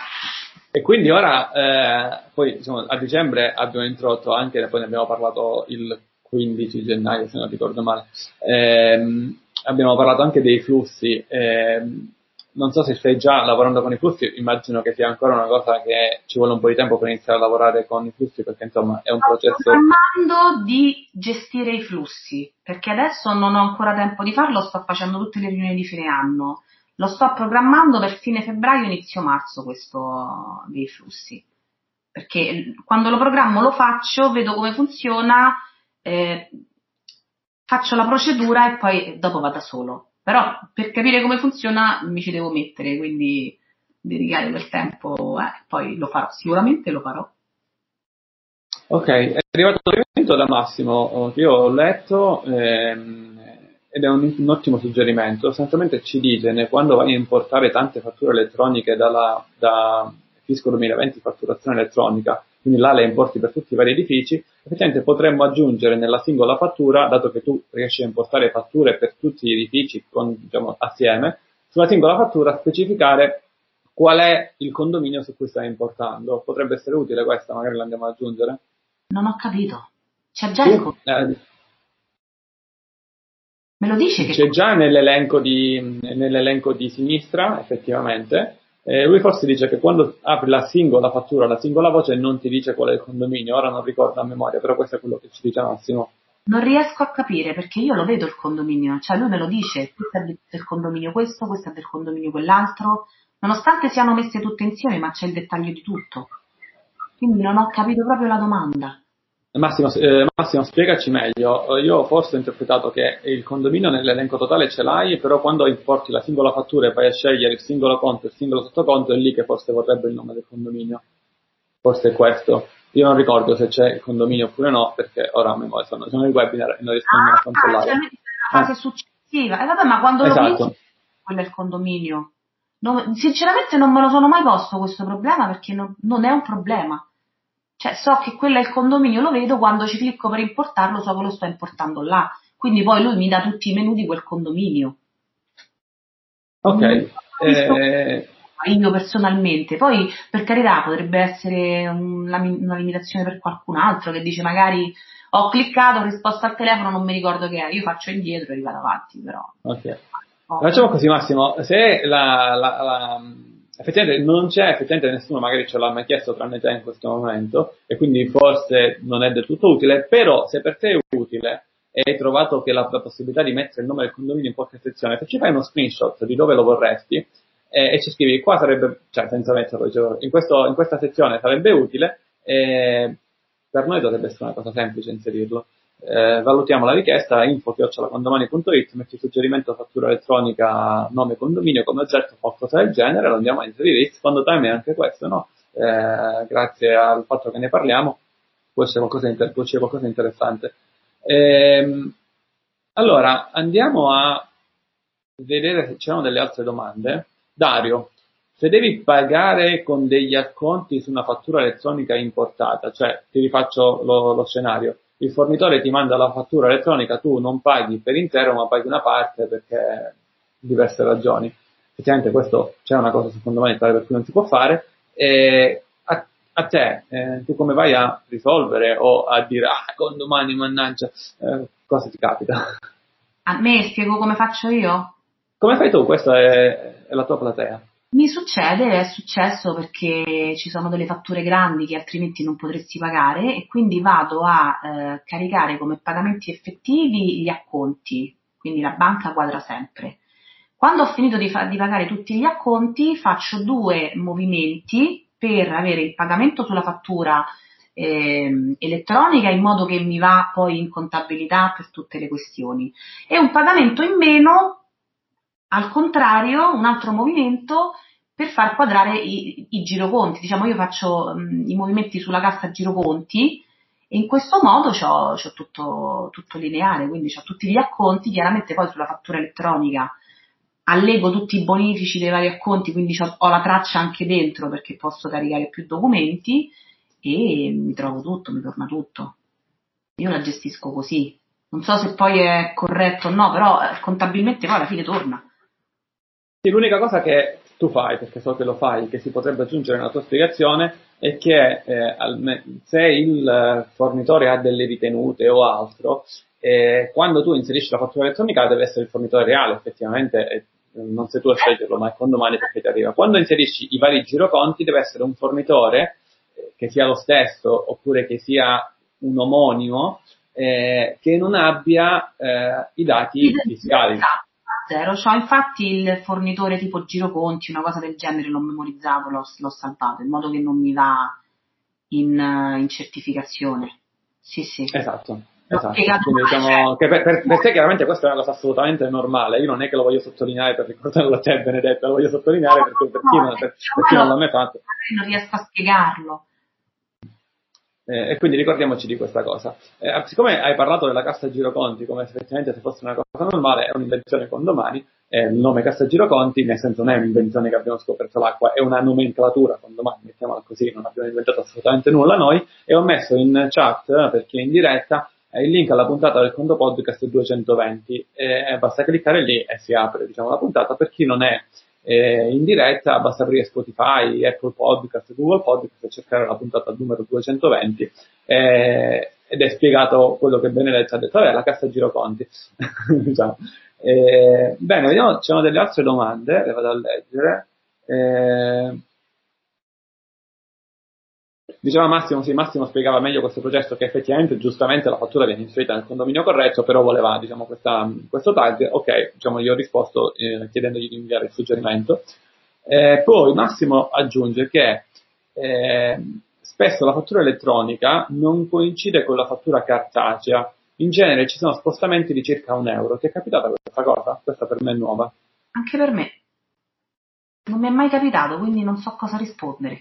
e quindi ora, eh, poi diciamo, a dicembre abbiamo introdotto anche, poi ne abbiamo parlato il quindici gennaio se non ricordo male, ehm, abbiamo parlato anche dei flussi. Ehm, non so se stai già lavorando con i flussi, immagino che sia ancora una cosa che ci vuole un po' di tempo per iniziare a lavorare con i flussi, perché insomma è un Sto processo. Sto programmando di gestire i flussi, perché adesso non ho ancora tempo di farlo, sto facendo tutte le riunioni di fine anno. Lo sto programmando per fine febbraio, inizio marzo questo dei flussi, perché quando lo programmo lo faccio, vedo come funziona, eh, faccio la procedura e poi dopo va da solo. Però per capire come funziona mi ci devo mettere, quindi dedicare del tempo, eh, poi lo farò, sicuramente lo farò. Ok, è arrivato un commento da Massimo che io ho letto ehm, ed è un, un ottimo suggerimento. Sostanzialmente ci dice che quando vai a importare tante fatture elettroniche dalla, da Fisco duemilaventi, fatturazione elettronica, quindi là le importi per tutti i vari edifici, effettivamente potremmo aggiungere nella singola fattura, dato che tu riesci a impostare fatture per tutti gli edifici con, diciamo, assieme, sulla singola fattura specificare qual è il condominio su cui stai importando. Potrebbe essere utile questa, magari l'andiamo ad aggiungere. Non ho capito. C'è già il Tu, eh, Me lo dice che c'è già nell'elenco di, nell'elenco di sinistra, effettivamente. Eh, lui forse dice che quando apri la singola fattura, la singola voce, non ti dice qual è il condominio. Ora non ricordo a memoria, però questo è quello che ci dice Massimo. Non riesco a capire perché io lo vedo il condominio, cioè lui me lo dice, questo è del condominio questo, questo è del condominio quell'altro, nonostante siano messe tutte insieme, ma c'è il dettaglio di tutto. Quindi non ho capito proprio la domanda. Massimo, eh, Massimo, spiegaci meglio. Io forse ho interpretato che il condominio nell'elenco totale ce l'hai, però quando importi la singola fattura e vai a scegliere il singolo conto e il singolo sottoconto, è lì che forse vorrebbe il nome del condominio. Forse è questo. Io non ricordo se c'è il condominio oppure no, perché ora a memoria sono, sono i webinar e non riesco ah, a controllare. Cioè, la fase eh. successiva. E eh, vabbè, ma quando esatto. lo clicchi, quello è il condominio. Non, sinceramente non me lo sono mai posto questo problema perché non, non è un problema. Cioè so che quello è il condominio, lo vedo, quando ci clicco per importarlo so che lo sto importando là, quindi poi lui mi dà tutti i menu di quel condominio. Ok. Eh... Io personalmente, poi per carità potrebbe essere una, una limitazione per qualcun altro che dice magari ho cliccato, ho risposto al telefono, non mi ricordo che era, io faccio indietro e rivado avanti, però. Ok. Oh. Facciamo così Massimo, se la... la, la... effettivamente non c'è, effettivamente nessuno magari ce l'ha mai chiesto tranne te in questo momento, e quindi forse non è del tutto utile, però se per te è utile e hai trovato che la, la possibilità di mettere il nome del condominio in qualche sezione, se ci fai uno screenshot di dove lo vorresti eh, e ci scrivi qua sarebbe, cioè senza metterlo, dicevo, in, questo, in questa sezione sarebbe utile, eh, per noi dovrebbe essere una cosa semplice inserirlo. Eh, valutiamo la richiesta, info chiocciola condomani punto it, metti suggerimento fattura elettronica, nome condominio come oggetto, qualcosa del genere, lo andiamo a inserire. Secondo time è anche questo, no? Eh, grazie al fatto che ne parliamo può essere qualcosa, inter- può essere qualcosa di interessante. Eh, allora andiamo a vedere se c'erano delle altre domande. Dario, se devi pagare con degli acconti su una fattura elettronica importata, cioè ti rifaccio lo, lo scenario, il fornitore ti manda la fattura elettronica, tu non paghi per intero ma paghi una parte perché diverse ragioni. Effettivamente questo c'è una cosa fondamentale per cui non si può fare. E a, a te, eh, tu come vai a risolvere o a dire ah, condomani, mannaggia, eh, cosa ti capita? A me spiego come faccio io? Come fai tu? Questa è, è la tua platea. Mi succede, è successo perché ci sono delle fatture grandi che altrimenti non potresti pagare e quindi vado a eh, caricare come pagamenti effettivi gli acconti, quindi la banca quadra sempre. Quando ho finito di, fa- di pagare tutti gli acconti faccio due movimenti per avere il pagamento sulla fattura eh, elettronica in modo che mi va poi in contabilità per tutte le questioni e un pagamento in meno. Al contrario, un altro movimento per far quadrare i, i giroconti. Diciamo, io faccio mh, i movimenti sulla cassa giroconti e in questo modo c'ho, c'ho tutto, tutto lineare, quindi c'ho tutti gli acconti. Chiaramente poi sulla fattura elettronica allego tutti i bonifici dei vari acconti, quindi ho la traccia anche dentro perché posso caricare più documenti e mi trovo tutto, mi torna tutto. Io la gestisco così. Non so se poi è corretto o no, però eh, contabilmente poi alla fine torna. Sì, l'unica cosa che tu fai, perché so che lo fai, che si potrebbe aggiungere nella tua spiegazione, è che eh, se il fornitore ha delle ritenute o altro, eh, quando tu inserisci la fattura elettronica deve essere il fornitore reale, effettivamente, eh, non sei tu a sceglierlo, ma è condomani perché ti arriva. Quando inserisci i vari giroconti deve essere un fornitore eh, che sia lo stesso oppure che sia un omonimo eh, che non abbia eh, i dati fiscali. Zero, c'ho infatti il fornitore tipo giroconti, una cosa del genere, l'ho memorizzato, l'ho, l'ho salvato, in modo che non mi va in, in certificazione. Sì, sì. Esatto. Esatto. Quindi diciamo che per, per, per te chiaramente questa è una cosa assolutamente normale. Io non è che lo voglio sottolineare per ricordarlo a te, Benedetta, lo voglio sottolineare perché per chi non, per, per chi non l'ha mai fatto. Non riesco a spiegarlo. Eh, e quindi ricordiamoci di questa cosa. Eh, siccome hai parlato della cassa giroconti come effettivamente se fosse una cosa normale, è un'invenzione condomani, eh, il nome cassa giroconti, nel senso non è un'invenzione che abbiamo scoperto l'acqua, è una nomenclatura condomani, mettiamola così, non abbiamo inventato assolutamente nulla noi, e ho messo in chat, per chi è in diretta, eh, il link alla puntata del Condo Podcast duecentoventi, eh, basta cliccare lì e si apre, diciamo, la puntata. Per chi non è Eh, in diretta basta aprire Spotify, Apple Podcast, Google Podcast e cercare la puntata numero duecentoventi eh, ed è spiegato quello che Benedetta ha detto. Vabbè, la cassa giroconti. diciamo. eh, bene, vediamo, c'erano delle altre domande, le vado a leggere. Eh, Diceva Massimo, sì, Massimo spiegava meglio questo processo, che effettivamente giustamente la fattura viene inserita nel condominio corretto, però voleva, diciamo, questa, questo tag. Ok, diciamo, gli ho risposto eh, chiedendogli di inviare il suggerimento. Eh, poi Massimo aggiunge che eh, spesso la fattura elettronica non coincide con la fattura cartacea. In genere ci sono spostamenti di circa un euro. Ti è capitata questa cosa? Questa per me è nuova. Anche per me. Non mi è mai capitato, quindi non so cosa rispondere.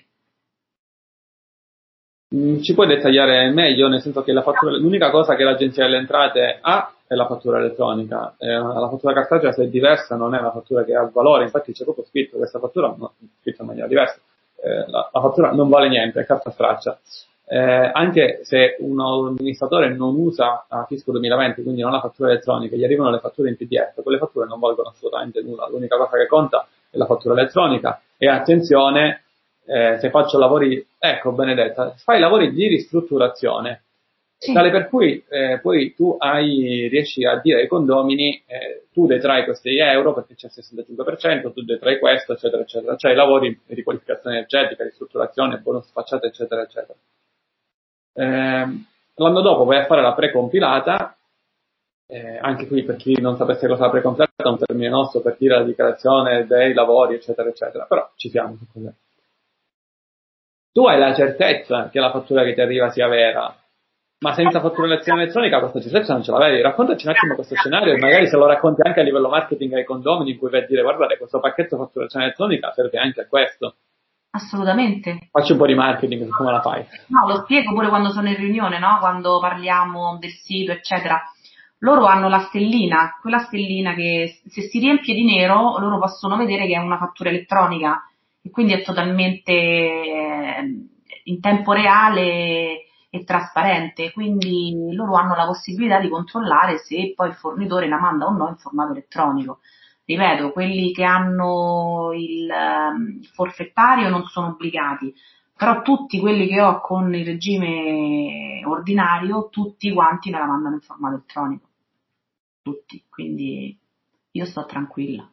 Ci puoi dettagliare meglio, nel senso che la fattura, l'unica cosa che l'Agenzia delle Entrate ha è la fattura elettronica. Eh, la fattura cartacea, se è diversa, non è una fattura che ha valore, infatti c'è proprio scritto questa fattura, no, scritto in maniera diversa, eh, la, la fattura non vale niente, è carta straccia. Eh, anche se un amministratore non usa a Fisco duemilaventi, quindi non la fattura elettronica, gli arrivano le fatture in P D F, quelle fatture non valgono assolutamente nulla, l'unica cosa che conta è la fattura elettronica. E attenzione, Eh, se faccio lavori, ecco Benedetta, fai lavori di ristrutturazione, Sì. Tale per cui eh, poi tu hai, riesci a dire ai condomini eh, tu detrai questi euro perché c'è il sessantacinque per cento, tu detrai questo, eccetera, eccetera. Cioè i lavori di riqualificazione energetica, ristrutturazione, bonus facciata, eccetera, eccetera. Eh, l'anno dopo vai a fare la precompilata, eh, anche qui per chi non sapesse cosa è la precompilata è un termine nostro per dire la dichiarazione dei lavori, eccetera, eccetera. Però ci siamo su cos'è. Tu hai la certezza che la fattura che ti arriva sia vera, ma senza fatturazione elettronica questa certezza non ce l'avevi. Raccontaci un attimo questo scenario e magari se lo racconti anche a livello marketing ai condomini in cui vai a dire guardate questo pacchetto fatturazione elettronica serve anche a questo. Assolutamente. Facci un po' di marketing su come la fai. No, lo spiego pure quando sono in riunione, no? Quando parliamo del sito, eccetera. Loro hanno la stellina, quella stellina che se si riempie di nero loro possono vedere che è una fattura elettronica e quindi è totalmente eh, in tempo reale e trasparente, quindi loro hanno la possibilità di controllare se poi il fornitore la manda o no in formato elettronico. Ripeto, quelli che hanno il um, forfettario non sono obbligati, però tutti quelli che ho con il regime ordinario, tutti quanti me la mandano in formato elettronico. Tutti, quindi io sto tranquilla.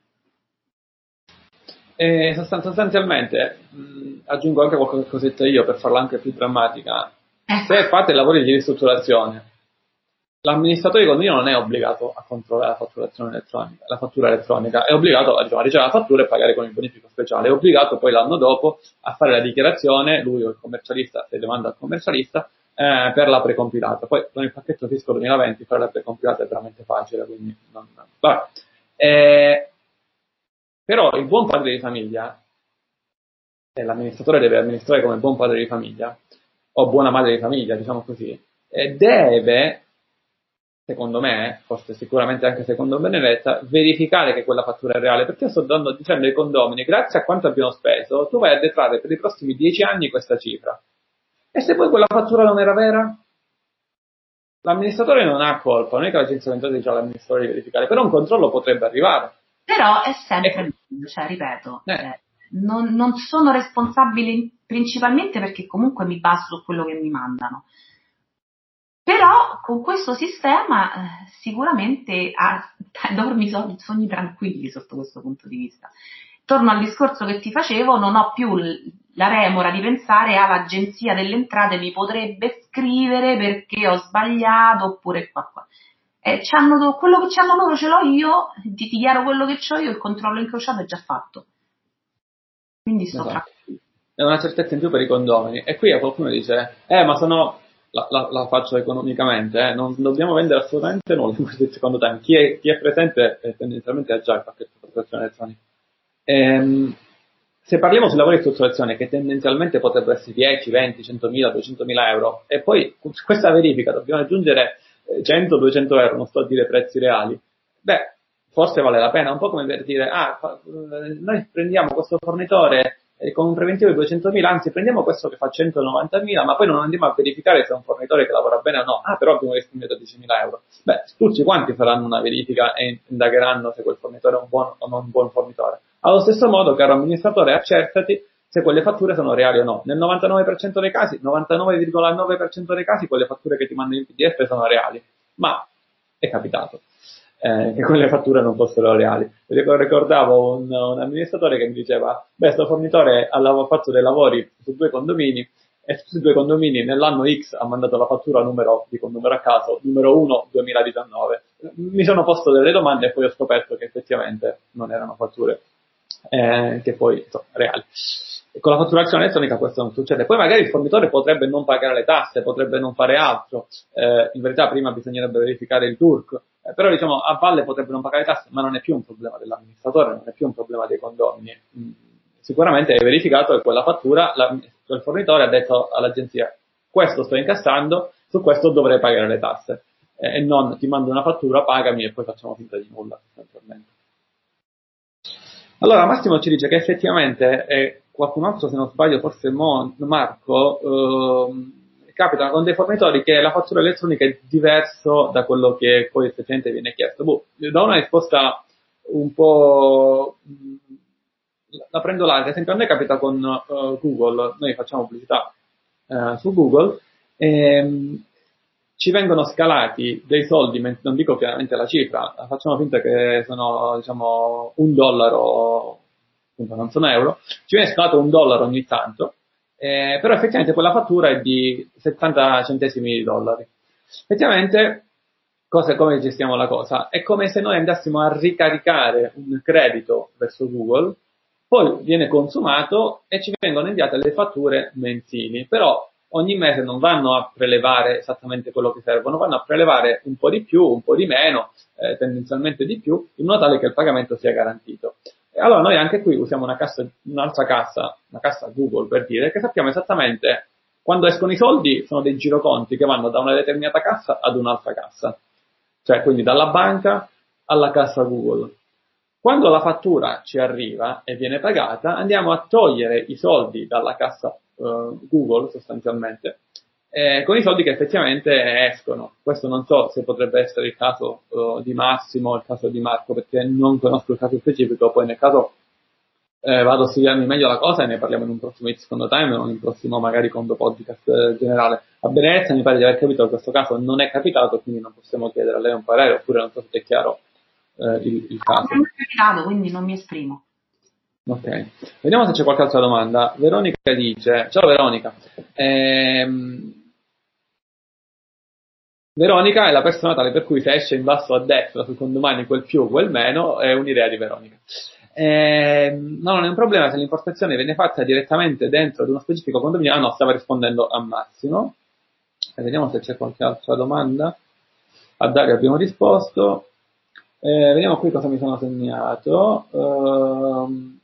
E sostanzialmente, mh, aggiungo anche qualche cosetta io per farla anche più drammatica. Eh. Se fate lavori di ristrutturazione, l'amministratore di condominio non è obbligato a controllare la fatturazione elettronica, la fattura elettronica, è obbligato a, diciamo, a ricevere la fattura e pagare con il bonifico speciale, è obbligato poi l'anno dopo a fare la dichiarazione, lui o il commercialista, se demanda al commercialista, eh, per la precompilata. Poi con il pacchetto fisco duemilaventi fare la precompilata è veramente facile, quindi non... Vabbè. Eh, però il buon padre di famiglia, e l'amministratore deve amministrare come buon padre di famiglia, o buona madre di famiglia, diciamo così, e deve, secondo me, forse sicuramente anche secondo Benedetta, verificare che quella fattura è reale, perché io sto dando, dicendo ai condomini, grazie a quanto abbiamo speso, tu vai a detrarre per i prossimi dieci anni questa cifra. E se poi quella fattura non era vera? L'amministratore non ha colpa, non è che l'agenzia delle entrate dice all'amministratore di verificare, però un controllo potrebbe arrivare. Però è sempre meglio, cioè ripeto, Eh. eh, non, non sono responsabile principalmente perché comunque mi baso su quello che mi mandano. Però con questo sistema eh, sicuramente ah, dormi sogni, sogni tranquilli sotto questo punto di vista. Torno al discorso che ti facevo, non ho più l- la remora di pensare all'agenzia delle entrate mi potrebbe scrivere perché ho sbagliato oppure qua qua. Eh, c'hanno, quello che c'hanno loro ce l'ho io, ti dichiaro quello che c'ho io, il controllo incrociato è già fatto. Quindi sto Esatto. tranquillo. È una certezza in più per i condomini. E qui qualcuno dice, eh ma sono, la, la, la faccio economicamente, eh, non dobbiamo vendere assolutamente nulla in questo secondo tempo. Chi è, chi è presente eh, tendenzialmente ha già il pacchetto di fatturazione elettronica. Ehm, se parliamo sui lavori di strutturazione che tendenzialmente potrebbero essere dieci, venti, centomila, duecentomila euro e poi su questa verifica dobbiamo aggiungere cento, duecento euro, non sto a dire prezzi reali, beh, forse vale la pena, un po' come per dire, ah, noi prendiamo questo fornitore con un preventivo di duecentomila, anzi prendiamo questo che fa centonovantamila, ma poi non andiamo a verificare se è un fornitore che lavora bene o no, ah, però abbiamo risparmiato diecimila euro. Beh, tutti quanti faranno una verifica e indagheranno se quel fornitore è un buon o non un buon fornitore. Allo stesso modo, caro amministratore, accertati se quelle fatture sono reali o no. Nel novantanove per cento dei casi, novantanove virgola nove per cento dei casi, quelle fatture che ti mandano in P D F sono reali. Ma è capitato eh, che quelle fatture non fossero reali. Ricordavo un, un amministratore che mi diceva, beh, sto fornitore ha fatto dei lavori su due condomini e su due condomini nell'anno X ha mandato la fattura numero, dico un numero a caso, numero uno duemiladiciannove. Mi sono posto delle domande e poi ho scoperto che effettivamente non erano fatture eh, che poi sono reali. E con la fatturazione elettronica questo non succede. Poi magari il fornitore potrebbe non pagare le tasse, potrebbe non fare altro, eh, in verità prima bisognerebbe verificare il Turk, eh, però diciamo a valle potrebbe non pagare le tasse, ma non è più un problema dell'amministratore, non è più un problema dei condomini. Mm. Sicuramente hai verificato che quella fattura, la, il fornitore ha detto all'agenzia, questo sto incassando, su questo dovrei pagare le tasse, eh, e non ti mando una fattura, pagami e poi facciamo finta di nulla, sostanzialmente. Allora Massimo ci dice che effettivamente, eh, qualcun altro se non sbaglio, forse Mon, Marco, eh, capita con dei fornitori che la fattura elettronica è diverso da quello che poi effettivamente viene chiesto. Boh, da una risposta un po', la prendo larga, ad esempio a me capita con uh, Google, noi facciamo pubblicità uh, su Google, e ci vengono scalati dei soldi, non dico chiaramente la cifra, facciamo finta che sono, diciamo, un dollaro, appunto non sono euro, ci viene scalato un dollaro ogni tanto, eh, però effettivamente quella fattura è di settanta centesimi di dollari. Effettivamente, cosa, come gestiamo la cosa? È come se noi andassimo a ricaricare un credito verso Google, poi viene consumato e ci vengono inviate le fatture mensili, però ogni mese non vanno a prelevare esattamente quello che servono, vanno a prelevare un po' di più, un po' di meno, eh, tendenzialmente di più, in modo tale che il pagamento sia garantito. E allora noi anche qui usiamo una cassa, un'altra cassa, una cassa Google per dire, che sappiamo esattamente quando escono i soldi, sono dei giroconti che vanno da una determinata cassa ad un'altra cassa, cioè quindi dalla banca alla cassa Google. Quando la fattura ci arriva e viene pagata, andiamo a togliere i soldi dalla cassa uh, Google sostanzialmente, eh, con i soldi che effettivamente escono. Questo non so se potrebbe essere il caso uh, di Massimo o il caso di Marco, perché non conosco il caso specifico, poi nel caso eh, vado a studiarmi meglio la cosa e ne parliamo in un prossimo secondo time o in un prossimo magari Condo podcast eh, generale. A Benedetta mi pare di aver capito che questo caso non è capitato, quindi non possiamo chiedere a lei un parere, oppure non so se è chiaro eh, il, il caso. Non è capitato, quindi non mi esprimo. Ok, vediamo se c'è qualche altra domanda. Veronica dice, ciao Veronica, ehm, Veronica è la persona tale per cui se esce in basso a destra sul condomani quel più, quel meno, è un'idea di Veronica. Eh, no, non è un problema se l'importazione viene fatta direttamente dentro ad uno specifico condominio. Ah no, stava rispondendo a Massimo. E vediamo se c'è qualche altra domanda. A Dario abbiamo risposto. Eh, vediamo qui cosa mi sono segnato. Uh,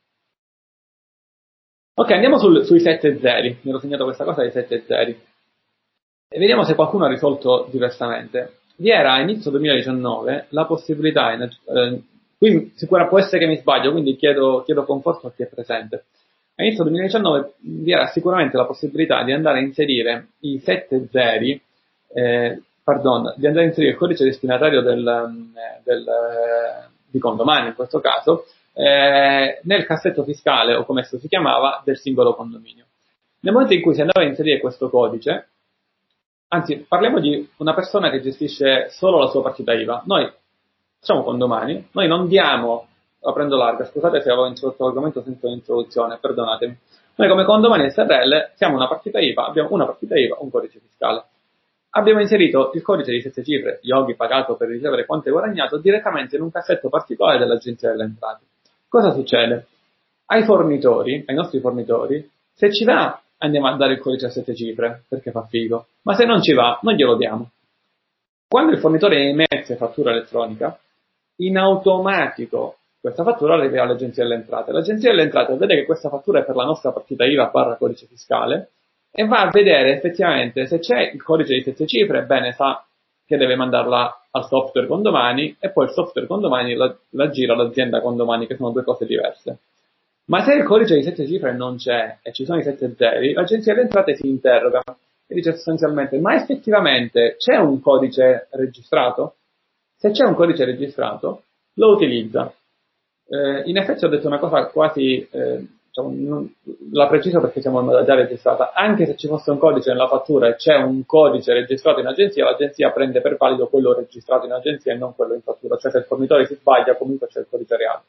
ok, andiamo sul, sui sette zeri. Mi ero segnato questa cosa dei sette zeri. E vediamo se qualcuno ha risolto diversamente. Vi era a inizio duemiladiciannove la possibilità, in, eh, qui sicuramente può essere che mi sbaglio, quindi chiedo, chiedo conforto a chi è presente. A inizio duemiladiciannove vi era sicuramente la possibilità di andare a inserire i sette zeri, eh, pardon, di andare a inserire il codice destinatario del, del, di condomani in questo caso, eh, nel cassetto fiscale, o come esso si chiamava, del singolo condominio. Nel momento in cui si andava a inserire questo codice, anzi, parliamo di una persona che gestisce solo la sua partita I V A. Noi facciamo condomani, noi non diamo, la prendo larga, scusate se avevo introdotto l'argomento senza un'introduzione, perdonatemi. Noi come condomani S R L siamo una partita I V A, abbiamo una partita I V A, un codice fiscale. Abbiamo inserito il codice di sette cifre, Yogi pagato per ricevere quanto hai guadagnato, direttamente in un cassetto particolare dell'Agenzia delle Entrate. Cosa succede? Ai fornitori, ai nostri fornitori, se ci va andiamo a dare il codice a sette cifre, perché fa figo, ma se non ci va, non glielo diamo. Quando il fornitore emette fattura elettronica, in automatico questa fattura arriva all'Agenzia delle Entrate. L'Agenzia delle Entrate vede che questa fattura è per la nostra partita I V A barra codice fiscale e va a vedere effettivamente se c'è il codice di sette cifre, bene, sa che deve mandarla al software condomani e poi il software condomani la, la gira all'azienda condomani, che sono due cose diverse. Ma se il codice di sette cifre non c'è e ci sono i sette zeri, l'Agenzia delle Entrate si interroga e dice sostanzialmente: ma effettivamente c'è un codice registrato? Se c'è un codice registrato, lo utilizza. Eh, in effetti ho detto una cosa quasi, eh, diciamo, non, la preciso perché siamo già registrata. Anche se ci fosse un codice nella fattura e c'è un codice registrato in agenzia, l'agenzia prende per valido quello registrato in agenzia e non quello in fattura. Cioè se il fornitore si sbaglia, comunque c'è il codice reale.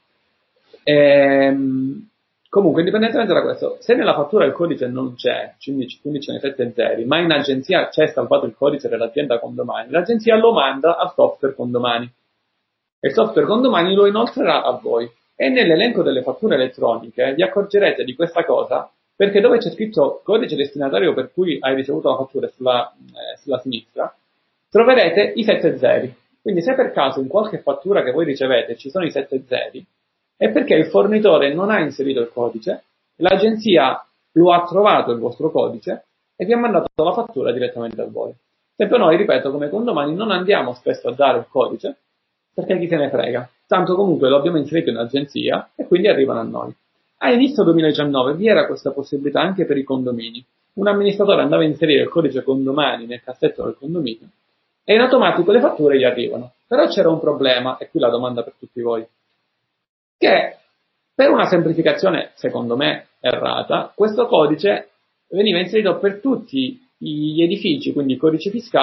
Ehm, comunque, indipendentemente da questo, se nella fattura il codice non c'è, quindi ce ne sette zeri, ma in agenzia c'è salvato il codice dell'azienda condomani, l'agenzia lo manda al software condomani e il software condomani lo inoltrerà a voi. E nell'elenco delle fatture elettroniche vi accorgerete di questa cosa, perché dove c'è scritto codice destinatario per cui hai ricevuto la fattura sulla, eh, sulla sinistra, troverete i sette zeri. Quindi se per caso in qualche fattura che voi ricevete ci sono i sette zeri, è perché il fornitore non ha inserito il codice, l'agenzia lo ha trovato il vostro codice e vi ha mandato la fattura direttamente a voi. Sempre noi, ripeto, come condomani non andiamo spesso a dare il codice, perché chi se ne frega. Tanto comunque lo abbiamo inserito in agenzia e quindi arrivano a noi. A inizio duemiladiciannove vi era questa possibilità anche per i condomini. Un amministratore andava a inserire il codice condomani nel cassetto del condominio e in automatico le fatture gli arrivano. Però c'era un problema, e qui la domanda per tutti voi, che per una semplificazione, secondo me, errata, questo codice veniva inserito per tutti gli edifici, quindi i codici fiscali,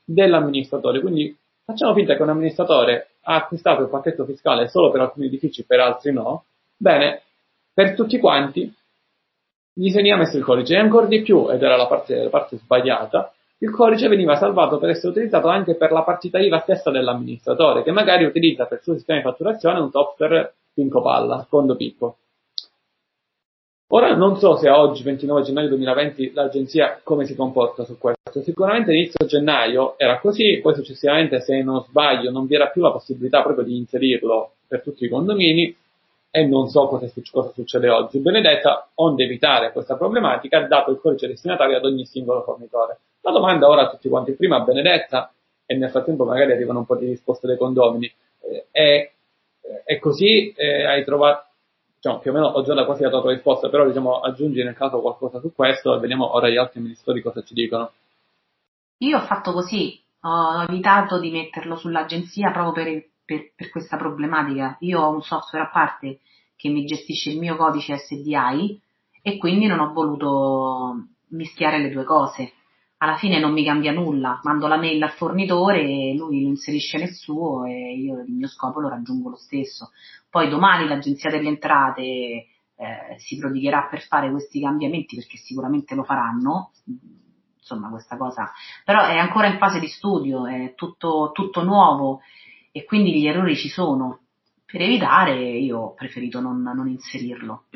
dell'amministratore. Quindi facciamo finta che un amministratore ha acquistato il pacchetto fiscale solo per alcuni edifici, per altri no. Bene, per tutti quanti gli veniva messo il codice, e ancora di più, ed era la parte, la parte sbagliata, il codice veniva salvato per essere utilizzato anche per la partita I V A stessa dell'amministratore, che magari utilizza per il suo sistema di fatturazione un software Pinco Palla, Fondo Pippo. Ora non so se a oggi, ventinove gennaio duemilaventi, l'agenzia come si comporta su questo. Sicuramente inizio gennaio era così, poi successivamente, se non sbaglio, non vi era più la possibilità proprio di inserirlo per tutti i condomini, e non so cosa, cosa succede oggi. Benedetta, onde evitare questa problematica, ha dato il codice destinatario ad ogni singolo fornitore. La domanda ora a tutti quanti, prima a Benedetta, e nel frattempo magari arrivano un po' di risposte dai condomini, eh, è, è così, eh, hai trovato, diciamo, più o meno ho già da quasi dato la tua risposta, però diciamo aggiungi nel caso qualcosa su questo e vediamo ora gli altri amministratori cosa ci dicono. Io ho fatto così, ho evitato di metterlo sull'agenzia proprio per, per, per questa problematica. Io ho un software a parte che mi gestisce il mio codice S D I e quindi non ho voluto mischiare le due cose. Alla fine non mi cambia nulla, mando la mail al fornitore e lui lo inserisce nel suo e io il mio scopo lo raggiungo lo stesso. Poi domani l'Agenzia delle Entrate eh, si prodigherà per fare questi cambiamenti, perché sicuramente lo faranno, insomma questa cosa, però è ancora in fase di studio, è tutto, tutto nuovo e quindi gli errori ci sono. Per evitare io ho preferito non, non inserirlo.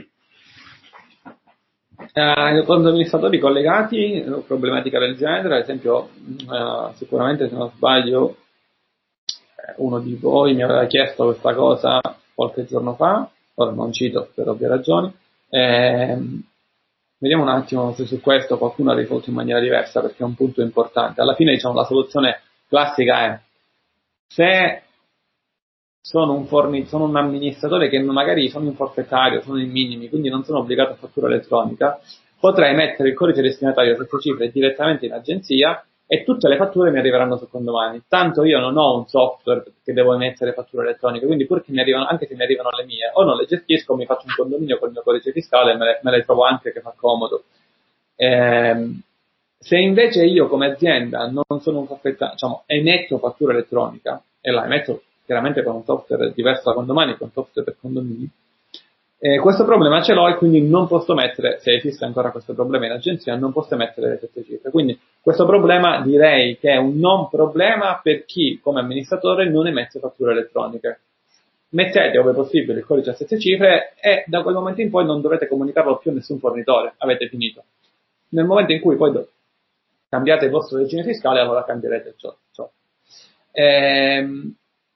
Eh, con amministratori collegati, problematica del genere, ad esempio, eh, sicuramente se non sbaglio, uno di voi mi aveva chiesto questa cosa qualche giorno fa, ora non cito per ovvie ragioni, eh, vediamo un attimo se su questo qualcuno ha risolto in maniera diversa, perché è un punto importante. Alla fine, diciamo, la soluzione classica è: se sono un forni, sono un amministratore che magari sono in forfettario, sono in minimi, quindi non sono obbligato a fattura elettronica, potrei mettere il codice destinatario a sette cifre direttamente in agenzia e tutte le fatture mi arriveranno su condomani. Tanto io non ho un software che devo emettere fatture elettroniche, quindi pur che mi arrivano, anche se mi arrivano le mie, o non le gestisco, mi faccio un condominio col mio codice fiscale e me le, me le trovo anche, che fa comodo. Ehm, se invece io come azienda non sono un forfettario, diciamo, emetto fattura elettronica e la emetto chiaramente con un software diverso da condomani, con un software per condomini, eh, questo problema ce l'ho e quindi non posso mettere, se esiste ancora questo problema in agenzia, non posso mettere le sette cifre. Quindi questo problema direi che è un non problema per chi come amministratore non emette fatture elettroniche. Mettete ove possibile il codice a sette cifre e da quel momento in poi non dovete comunicarlo più a nessun fornitore, avete finito. Nel momento in cui poi do- cambiate il vostro regime fiscale, allora cambierete ciò. ciò. Ehm,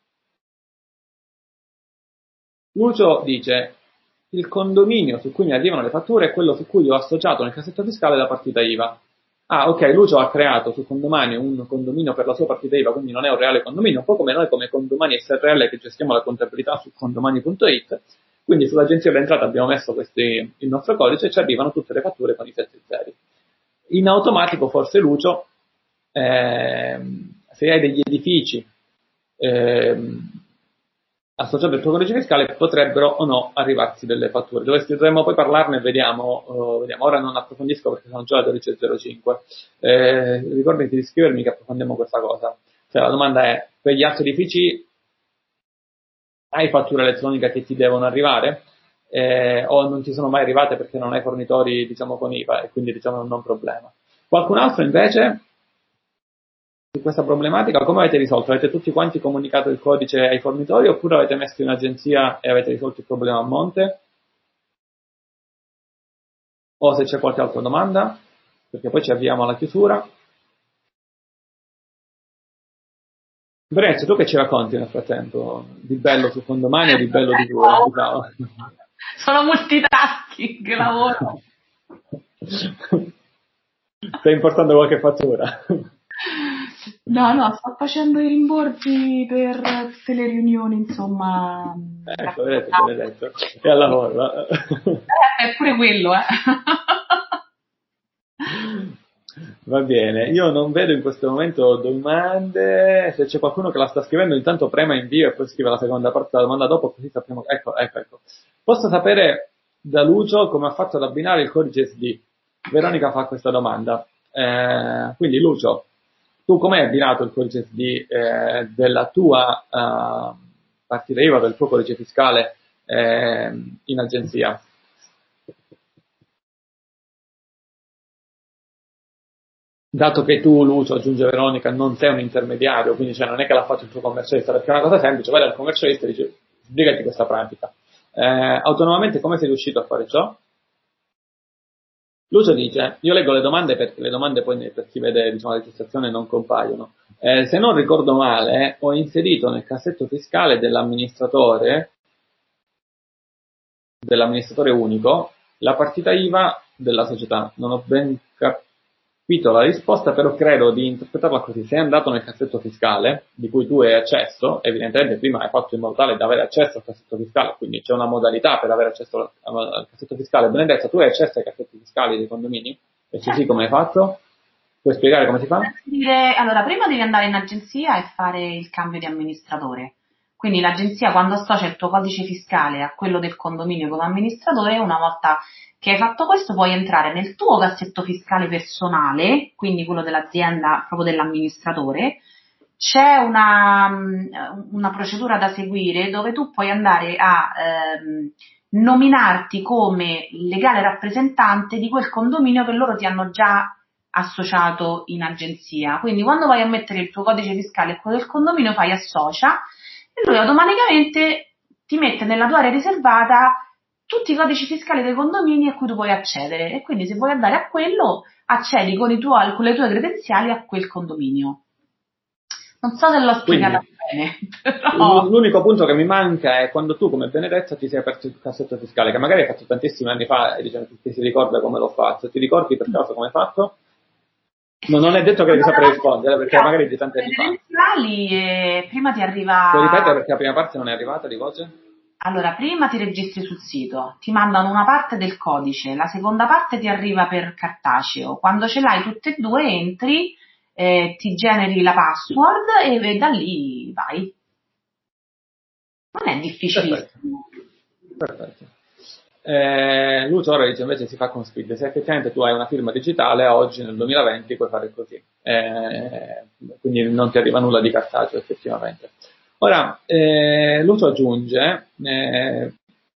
Lucio dice: il condominio su cui mi arrivano le fatture è quello su cui ho associato nel cassetto fiscale la partita I V A. Ah, ok, Lucio ha creato su Condomani un condominio per la sua partita I V A, quindi non è un reale condominio, un po' come noi come Condomani S R L che gestiamo la contabilità su condomani punto it. Quindi sull'agenzia dell'entrata abbiamo messo questi, il nostro codice e ci arrivano tutte le fatture con i sette zeri. In automatico forse Lucio, ehm, se hai degli edifici ehm, associato al tuo codice fiscale, potrebbero o no arrivarsi delle fatture. Dovresti, dovremmo poi parlarne e vediamo, uh, vediamo. Ora non approfondisco perché sono già le dodici e zero cinque. Eh, ricordati di scrivermi che approfondiamo questa cosa. Cioè, la domanda è: per gli altri edifici hai fattura elettronica che ti devono arrivare? Eh, o non ti sono mai arrivate perché non hai fornitori, diciamo, con I V A e quindi, diciamo, non è un problema. Qualcun altro invece su questa problematica come avete risolto? Avete tutti quanti comunicato il codice ai fornitori oppure avete messo in agenzia e avete risolto il problema a monte? O se c'è qualche altra domanda, perché poi ci avviamo alla chiusura. Brezzo, tu che ci racconti nel frattempo? Di bello su Condomani o di bello di tuo? Diciamo. Sono multitasking, lavoro. Stai importando qualche fattura? No, no, sto facendo i rimborsi per tutte le riunioni, insomma. Ecco, vedete, Benedetto. E al lavoro. Eh, è pure quello, eh. Va bene, io non vedo in questo momento domande. Se c'è qualcuno che la sta scrivendo, intanto prema invio e poi scrive la seconda parte della domanda dopo, così sappiamo. Ecco, ecco, ecco. Posso sapere da Lucio come ha fatto ad abbinare il codice S D? Veronica fa questa domanda. Eh, quindi Lucio, tu come hai abbinato il codice S D eh, della tua uh, partita I V A, del tuo codice fiscale eh, in agenzia? Dato che tu, Lucio, aggiunge Veronica, non sei un intermediario, quindi cioè, non è che l'ha fatto il tuo commercialista, perché è una cosa semplice, vai dal commercialista e dici, sbrigati questa pratica. Eh, autonomamente come sei riuscito a fare ciò? Lucio dice, io leggo le domande perché le domande poi per chi vede diciamo, la registrazione non compaiono. Eh, se non ricordo male, ho inserito nel cassetto fiscale dell'amministratore, dell'amministratore unico, la partita I V A della società. Non ho ben capito la risposta, però credo di interpretarla così. Sei andato nel cassetto fiscale, di cui tu hai accesso, evidentemente prima hai fatto in modo tale da avere accesso al cassetto fiscale, quindi c'è una modalità per avere accesso al cassetto fiscale. Benedetta, tu hai accesso ai cassetti fiscali dei condomini? E se sì, come hai fatto? Puoi spiegare come si fa? Allora, prima devi andare in agenzia e fare il cambio di amministratore. Quindi l'agenzia, quando associa il tuo codice fiscale a quello del condominio come amministratore, una volta che hai fatto questo puoi entrare nel tuo cassetto fiscale personale, quindi quello dell'azienda, proprio dell'amministratore. C'è una, una procedura da seguire dove tu puoi andare a ehm, nominarti come legale rappresentante di quel condominio che loro ti hanno già associato in agenzia. Quindi quando vai a mettere il tuo codice fiscale e quello del condominio fai associa e lui automaticamente ti mette nella tua area riservata tutti i codici fiscali dei condomini a cui tu puoi accedere, e quindi se vuoi andare a quello accedi con, i tuoi, con le tue credenziali a quel condominio. Non so se l'ho spiegata bene. Però... L'unico punto che mi manca è quando tu come Benedetta ti sei aperto il cassetto fiscale, che magari hai fatto tantissimi anni fa e diciamo, ti si ricorda come l'ho fatto. Ti ricordi per caso come hai fatto? No, non è detto che devi sapere rispondere, perché no, magari di tante anni fa. E prima ti arriva... Puoi ripetere perché la prima parte non è arrivata di voce? Allora, prima ti registri sul sito, ti mandano una parte del codice, la seconda parte ti arriva per cartaceo. Quando ce l'hai tutte e due entri, eh, ti generi la password e, e da lì vai. Non è difficilissimo. Perfetto. Perfetto. Eh, Lucio ora dice invece si fa con Speed. Se effettivamente tu hai una firma digitale, oggi nel duemilaventi puoi fare così, eh, quindi non ti arriva nulla di cartaceo effettivamente. Ora eh, Lucio aggiunge eh,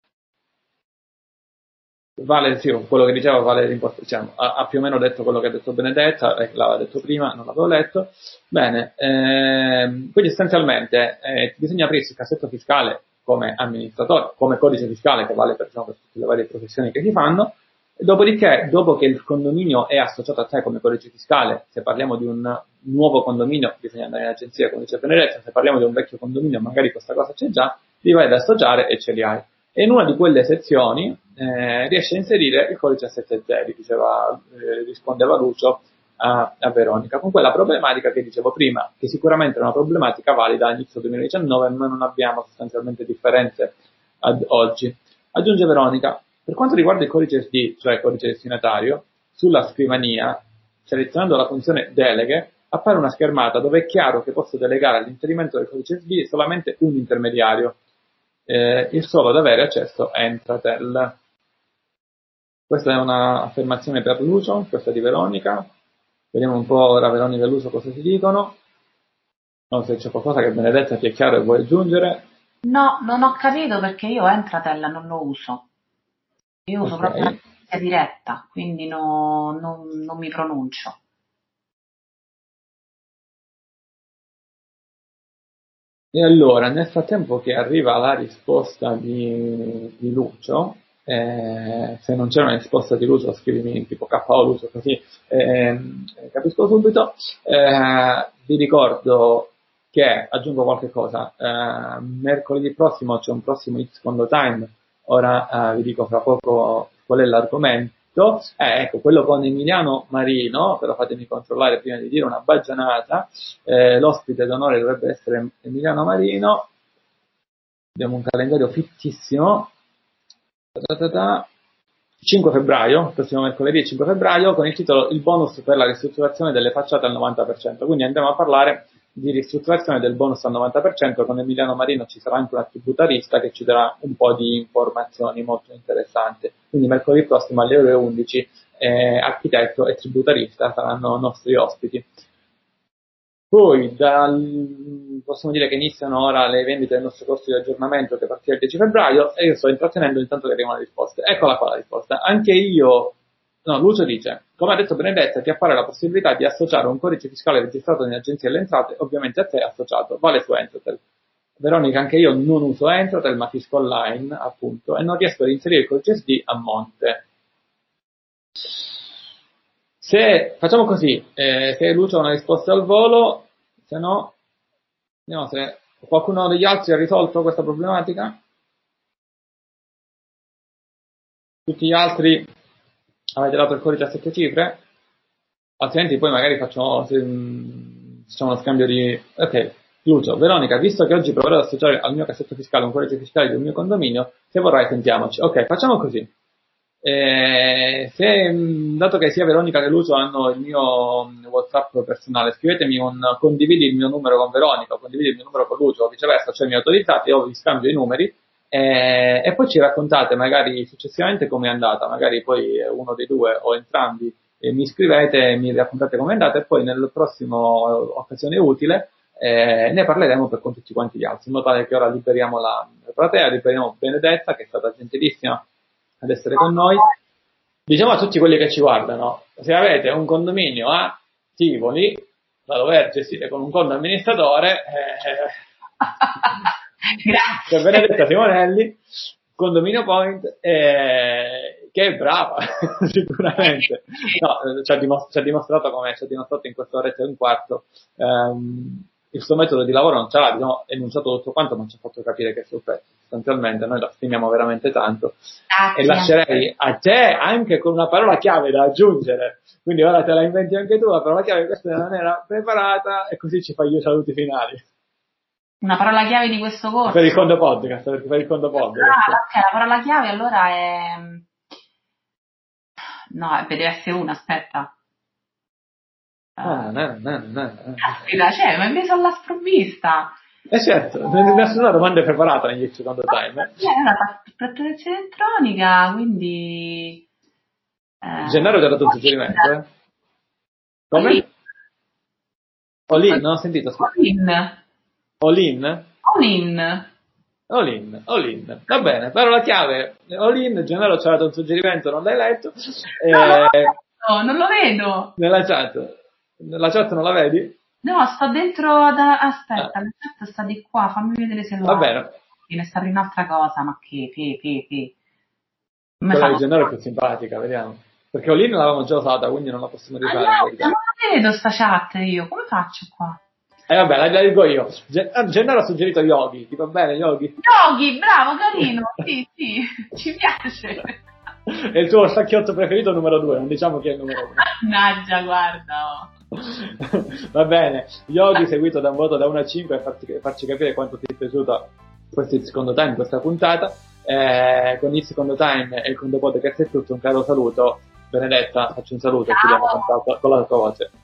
vale sì, quello che diceva vale diciamo, ha, ha più o meno detto quello che ha detto Benedetta, eh, l'aveva detto prima, non l'avevo letto bene, eh, quindi essenzialmente eh, bisogna aprirsi il cassetto fiscale come amministratore, come codice fiscale che vale per, diciamo, per tutte le varie professioni che si fanno, e dopodiché, dopo che il condominio è associato a te come codice fiscale, se parliamo di un nuovo condominio bisogna andare in agenzia come dice Benedetta, se parliamo di un vecchio condominio magari questa cosa c'è già, li vai ad associare e ce li hai. E in una di quelle sezioni eh, riesce a inserire il codice a sette zeri, diceva, eh, rispondeva Lucio a, a Veronica, con quella problematica che dicevo prima, che sicuramente è una problematica valida a inizio duemiladiciannove, ma non abbiamo sostanzialmente differenze ad oggi. Aggiunge Veronica, per quanto riguarda il codice S D, cioè il codice destinatario, sulla scrivania, selezionando la funzione deleghe, appare una schermata dove è chiaro che posso delegare all'inserimento del codice S D solamente un intermediario, eh, il solo ad avere accesso a Entratel. Questa è un'affermazione per Lucio, questa di Veronica. Vediamo un po' ora Veronica e Lucio cosa si dicono. Non so se c'è qualcosa che Benedetta ti è chiaro e vuoi aggiungere. No, non ho capito perché io Entratel non lo uso. Io uso okay. proprio la giustizia diretta, quindi no, non, non mi pronuncio. E allora, nel frattempo che arriva la risposta di, di Lucio, eh, se non c'è una risposta di Lucio scrivimi tipo K O Lucio così eh, capisco subito, eh, vi ricordo che, aggiungo qualche cosa, eh, mercoledì prossimo c'è un prossimo X Condo Time, ora eh, vi dico fra poco qual è l'argomento. Eh, ecco, quello con Emiliano Marino, però fatemi controllare prima di dire una baggianata, eh, l'ospite d'onore dovrebbe essere Emiliano Marino, abbiamo un calendario fittissimo, cinque febbraio, prossimo mercoledì cinque febbraio, con il titolo Il bonus per la ristrutturazione delle facciate al novanta per cento, quindi andremo a parlare di ristrutturazione del bonus al novanta per cento, con Emiliano Marino ci sarà anche una tributarista che ci darà un po' di informazioni molto interessanti, quindi mercoledì prossimo alle ore undici eh, architetto e tributarista saranno nostri ospiti. Poi dal, possiamo dire che iniziano ora le vendite del nostro corso di aggiornamento che partirà il dieci febbraio e io sto intrattenendo intanto che arrivano le risposte. Eccola qua la risposta. Anche io, no, Lucio dice, come ha detto Benedetta, ti appare la possibilità di associare un codice fiscale registrato nell'Agenzia delle Entrate, ovviamente a te associato, vale su Entratel. Veronica, anche io non uso Entratel ma Fisco Online, appunto, e non riesco ad inserire il codice S D a monte. Se facciamo così, eh, se Lucio ha una risposta al volo, se no, vediamo se qualcuno degli altri ha risolto questa problematica. Tutti gli altri avete dato il codice a sette cifre? Altrimenti poi magari facciamo, se, facciamo uno scambio di... Ok, Lucio, Veronica, visto che oggi proverò ad associare al mio cassetto fiscale un codice fiscale del mio condominio, se vorrai sentiamoci. Ok, facciamo così. Eh, se, dato che sia Veronica che Lucio hanno il mio WhatsApp personale, scrivetemi un condividi il mio numero con Veronica o condividi il mio numero con Lucio o viceversa, cioè mi autorizzate, io vi scambio i numeri eh, e poi ci raccontate magari successivamente com'è andata, magari poi uno dei due o entrambi eh, mi scrivete e mi raccontate com'è andata e poi nel prossimo occasione utile eh, ne parleremo per con tutti quanti gli altri, in modo tale che ora liberiamo la platea, liberiamo Benedetta che è stata gentilissima ad essere con noi. Diciamo a tutti quelli che ci guardano, se avete un condominio a Tivoli da dover gestire con un conto amministratore eh, grazie per Benedetta Simonelli, Condominio Point eh, che è brava sicuramente, no, ci, ha dimos- ci ha dimostrato come ci ha dimostrato in questa oretta e un quarto ehm, il suo metodo di lavoro non ce l'ha, abbiamo enunciato tutto quanto, ma ci ha fatto capire che è sul pezzo. Sostanzialmente noi la stimiamo veramente tanto. Grazie. E lascerei a te anche con una parola chiave da aggiungere. Quindi ora te la inventi anche tu, la parola chiave questa non era preparata e così ci fai gli saluti finali. Una parola chiave di questo corso? Per il conto podcast, perché per il conto podcast. Ah, ok, la parola chiave allora è... No, deve essere una, aspetta. Ah, no, no, no, no. Caspita, cioè, ma invece alla sprovvista. Eh certo, nessuna domanda è preparata negli secondo time. Eh, è una fatturazione elettronica, quindi... Eh, Gennaro ti ha dato un suggerimento, eh? Come? All-in, non ho sentito. All-in. All-in? All-in. All-in, all-in. Va bene, parola chiave. All-in, Gennaro ci ha dato un suggerimento, non l'hai letto. No, eh, no, non lo vedo. Nella chat. Nella chat non la vedi? No, sto dentro, da... aspetta, ah. la chat sta di qua, fammi vedere se lo va bene. Ne sta in un'altra cosa, ma che, che, che, che. Quella di Gennaro è più simpatica, vediamo. Perché Olin l'avevamo già usata, quindi non la possiamo rifare. Ah, no, non la vedo sta chat io, come faccio qua? Eh vabbè, la, la dico io. Gen- Gennaro ha suggerito Yogi, ti va bene Yogi? Yogi, bravo, carino, sì, sì, ci piace. È il tuo stacchiotto preferito numero due, non diciamo chi è il numero uno. Mannaggia, guarda. Oh. Va bene, Yogi seguito da un voto da uno a cinque per farci, farci capire quanto ti è piaciuto questo secondo time, questa puntata. Eh, con il secondo time e il secondo podcast è tutto, un caro saluto. Benedetta, faccio un saluto e chiudiamo con la tua voce.